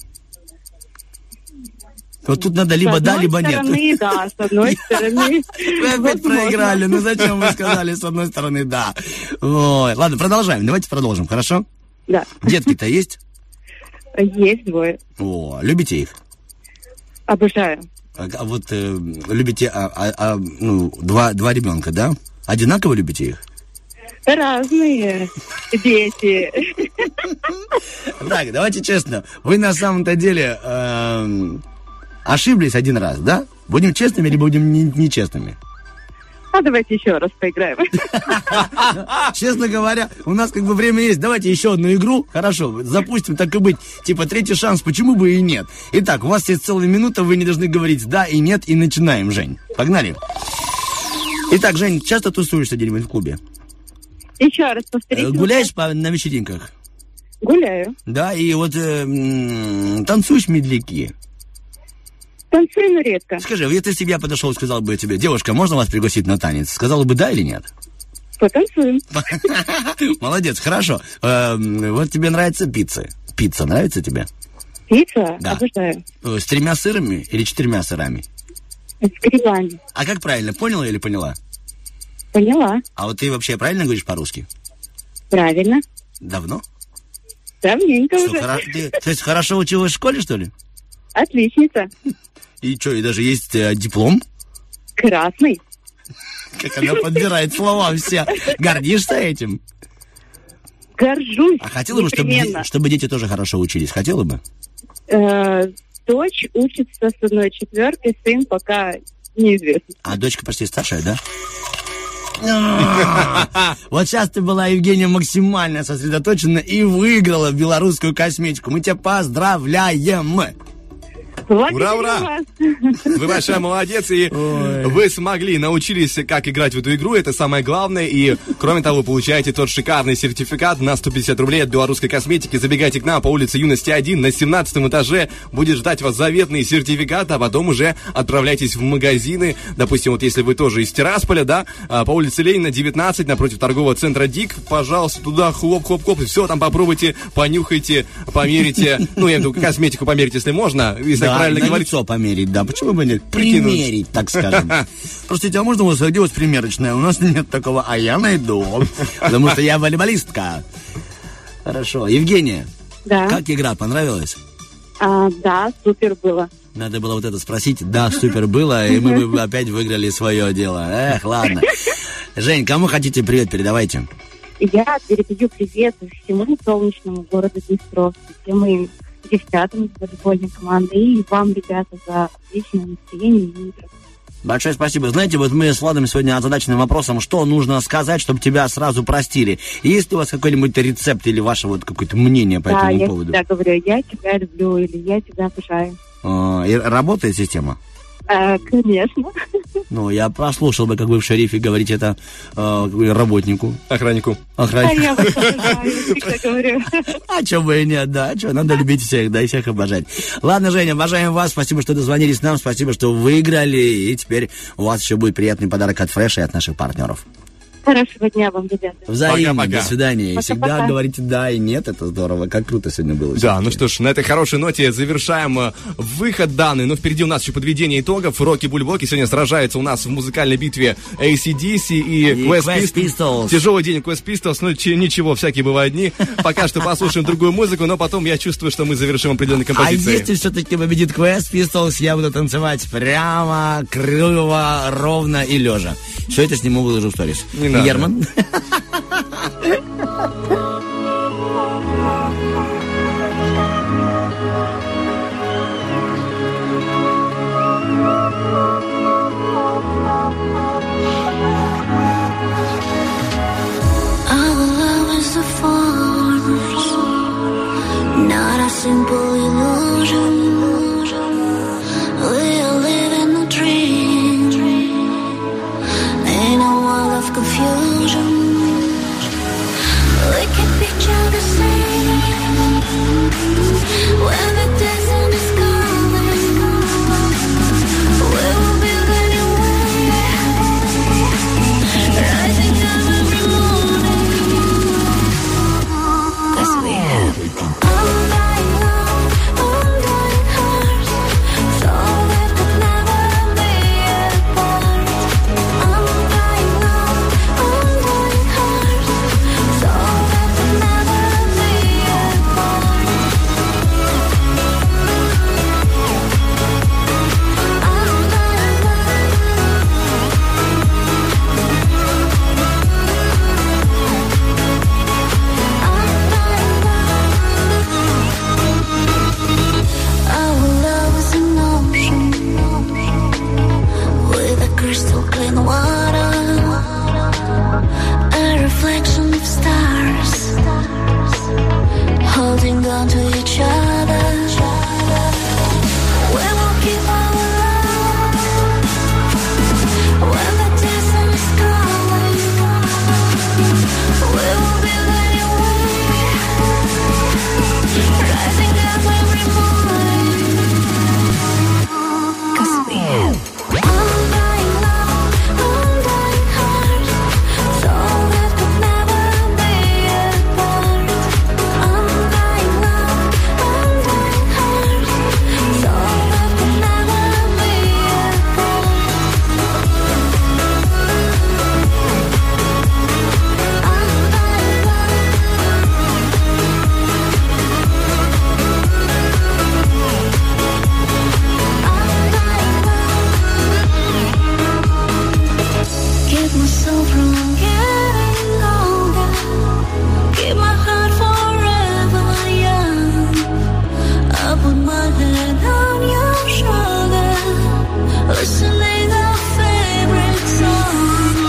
Вот тут надо либо да, либо нет. С одной стороны, да, с одной стороны. Вы опять проиграли. Ну зачем вы сказали с одной стороны да? Ой, ладно, продолжаем. Давайте продолжим, хорошо? Да. Детки-то есть? Есть двое. О, любите их? Обожаю. А вот любите два ребенка, да? Одинаково любите их? Разные дети. Так, давайте честно. Вы на самом-то деле ошиблись один раз, да? Будем честными или будем нечестными? А давайте еще раз поиграем. Честно говоря, у нас как бы время есть. Давайте еще одну игру. Хорошо, запустим, так и быть. Типа третий шанс, почему бы и нет. Итак, у вас есть целая минута, вы не должны говорить да и нет. И начинаем, Жень. Погнали. Итак, Жень, часто тусуешься где-нибудь в клубе? Еще раз повторите. Гуляешь на вечеринках? Гуляю. Да, и вот танцуешь медляки? Танцую, но редко. Скажи, если бы я подошел и сказал бы тебе: девушка, можно вас пригласить на танец? Сказала бы да или нет? Потанцуем. Молодец, хорошо. Вот тебе нравится пицца? Пицца нравится тебе? Пицца? Да. Обожаю. С 3 сырами или 4 сырами? С грибами. А как правильно, поняла или поняла? Поняла. А вот ты вообще правильно говоришь по-русски? Правильно. Давно? Давненько Что, уже. Ты, то есть хорошо училась в школе, что ли? Отличница. И что, и даже есть диплом? Красный. Как она подбирает слова все. Гордишься этим? Горжусь. А хотела бы, чтобы дети тоже хорошо учились? Хотела бы? Дочь учится с 1-4, сын пока неизвестно. А дочка почти старшая, да? Вот сейчас ты была, Евгения, максимально сосредоточена и выиграла белорусскую косметику. Мы тебя поздравляем! Ура, ура! Вы большая молодец, и вы смогли, научились, как играть в эту игру, это самое главное, и, кроме того, вы получаете тот шикарный сертификат на 150 рублей от белорусской косметики. Забегайте к нам по улице Юности 1 на 17 этаже, будет ждать вас заветный сертификат, а потом уже отправляйтесь в магазины, допустим, вот если вы тоже из Тирасполя, да, по улице Ленина 19, напротив торгового центра ДИК, пожалуйста, туда хлоп-хлоп-хлоп, все там попробуйте, понюхайте, померите, ну, я имею в виду, косметику померить, если можно, если Да, правильно на говорить. лицо померить, да, почему бы нет? Примерить, так скажем. Простите, а можно у вас где у вас примерочная? У нас нет такого, а я найду, потому что я волейболистка. Хорошо, Евгения, Да. как игра, понравилась? Да, супер было. Надо было вот это спросить, да, супер было, и мы бы опять выиграли свое дело. Эх, ладно. Жень, кому хотите привет, передавайте. Я передаю привет всему солнечному городу Днестровск, всем моим девчатам из волейбольной команды и вам, ребята, за отличное настроение и утро. Большое спасибо. Знаете, вот мы с Владом сегодня озадачены вопросом, что нужно сказать, чтобы тебя сразу простили. Есть ли у вас какой-нибудь рецепт или ваше вот какое-то мнение по этому поводу? Да, я всегда говорю, я тебя люблю или я тебя обожаю. И работает система? Конечно. Ну, я прослушал бы, как вы в шерифе говорите это работнику. Охраннику. А я вас обожаю, всегда говорю. А чё бы и нет, да, чё, надо любить всех, да, и всех обожать. Ладно, Женя, обожаем вас, спасибо, что дозвонились нам, спасибо, что выиграли, и теперь у вас еще будет приятный подарок от Фреша и от наших партнеров. Хорошего дня вам, ребята. Взаимно, Пока-пока. до свидания. И всегда Пока-пока. говорите да и нет, это здорово, как круто сегодня было. Да, ну что ж, на этой хорошей ноте завершаем выход данный. Но впереди у нас еще подведение итогов. Рокки Бульбоки сегодня сражается у нас в музыкальной битве AC/DC и Quest Pistols. Тяжелый день Quest Pistols, но ничего, всякие бывают дни. Пока что послушаем другую музыку, но потом я чувствую, что мы завершим определенной А композицией. если все-таки победит Quest Pistols, я буду танцевать прямо, криво, ровно и лежа. Все это сниму, выложу в сторис. Не надо. Герман? Our love is a force, not a simple illusion. We are living a dream in a world of confusion. We can picture the same when the desert is calling. We will build a new way, rising up every morning. 'Cause we have undying love, undying hearts, so we could never be apart. Undying love, undying hearts, so we could never be apart. keep myself from getting older. Keep my heart forever young. I put my head on your shoulder, listening our favorite song.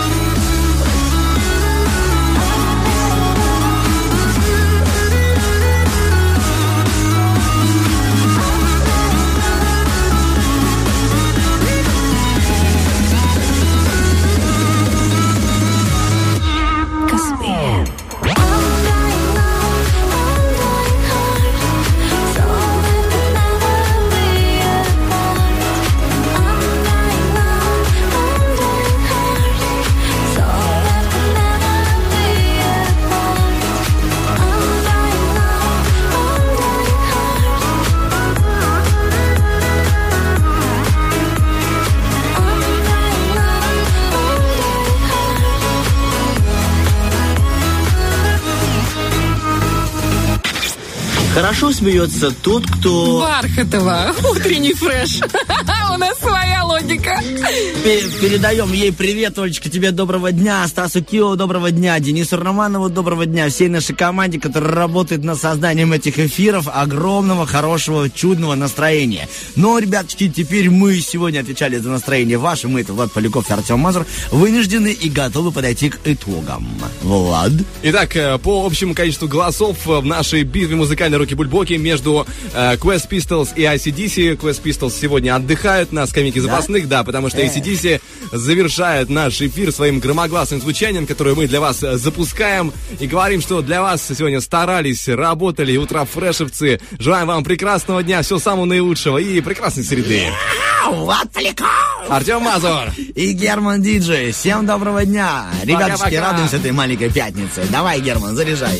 Хорошо смеется тот, кто... Бархатова, утренний фреш. У нас своя логика. Передаем ей привет, Олечка, тебе доброго дня, Стасу Кио доброго дня, Денису Романову доброго дня, всей нашей команде, которая работает над созданием этих эфиров, огромного, хорошего, чудного настроения. Но, ребяточки, теперь мы сегодня отвечали за настроение ваше, мы, это Влад Поляков и Артем Мазур, вынуждены и готовы подойти к итогам. Влад? Итак, по общему количеству голосов в нашей битве музыкальной руки-бульбоки между Quest Pistols и AC/DC. Quest Pistols сегодня отдыхают на скамейке запасных, да, потому что AC/DC завершает наш эфир своим громогласным звучанием, которое мы для вас запускаем, и говорим, что для вас сегодня старались, работали, утрофрешевцы. Желаем вам прекрасного дня, всего самого наилучшего и прекрасной среды. Влад Поляков! Артем Мазур! И Герман Диджей. Всем доброго дня! Ребятушки, Пока-пока. радуемся этой маленькой пятнице. Давай, Герман, заряжай.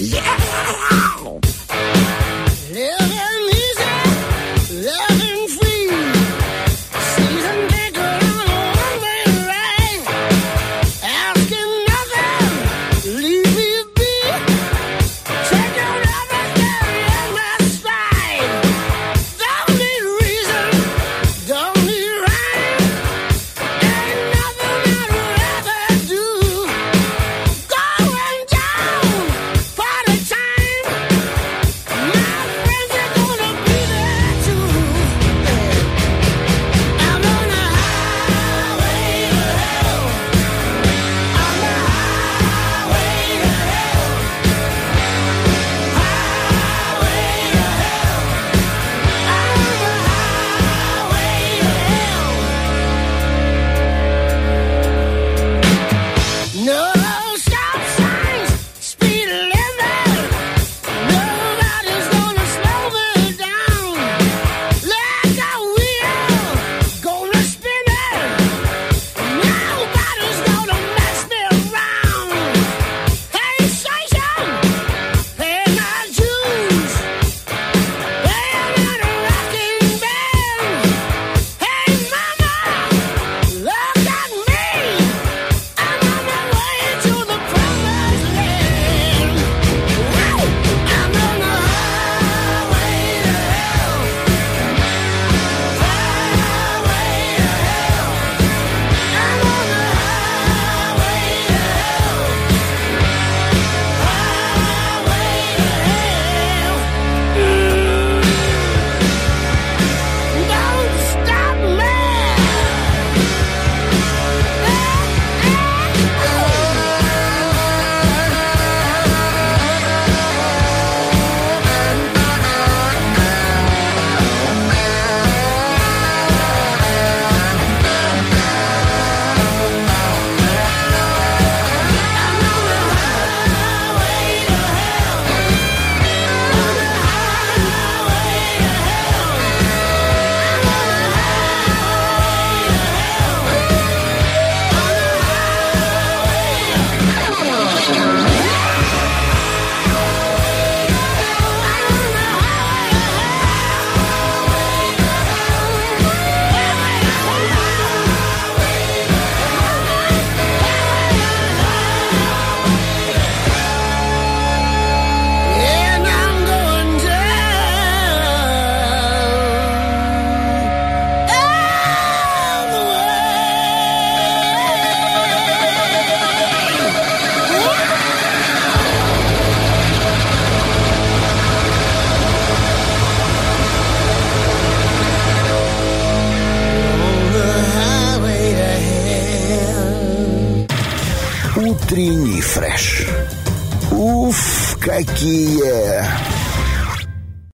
Living easy, living free. Season ticket on a one-way ride. Asking nothing, leave me be. Take your everything in my stride. Don't need reason, don't need rhyme. Ain't nothing I'd rather do. Going down, party time. Утренний фреш. Уф, какие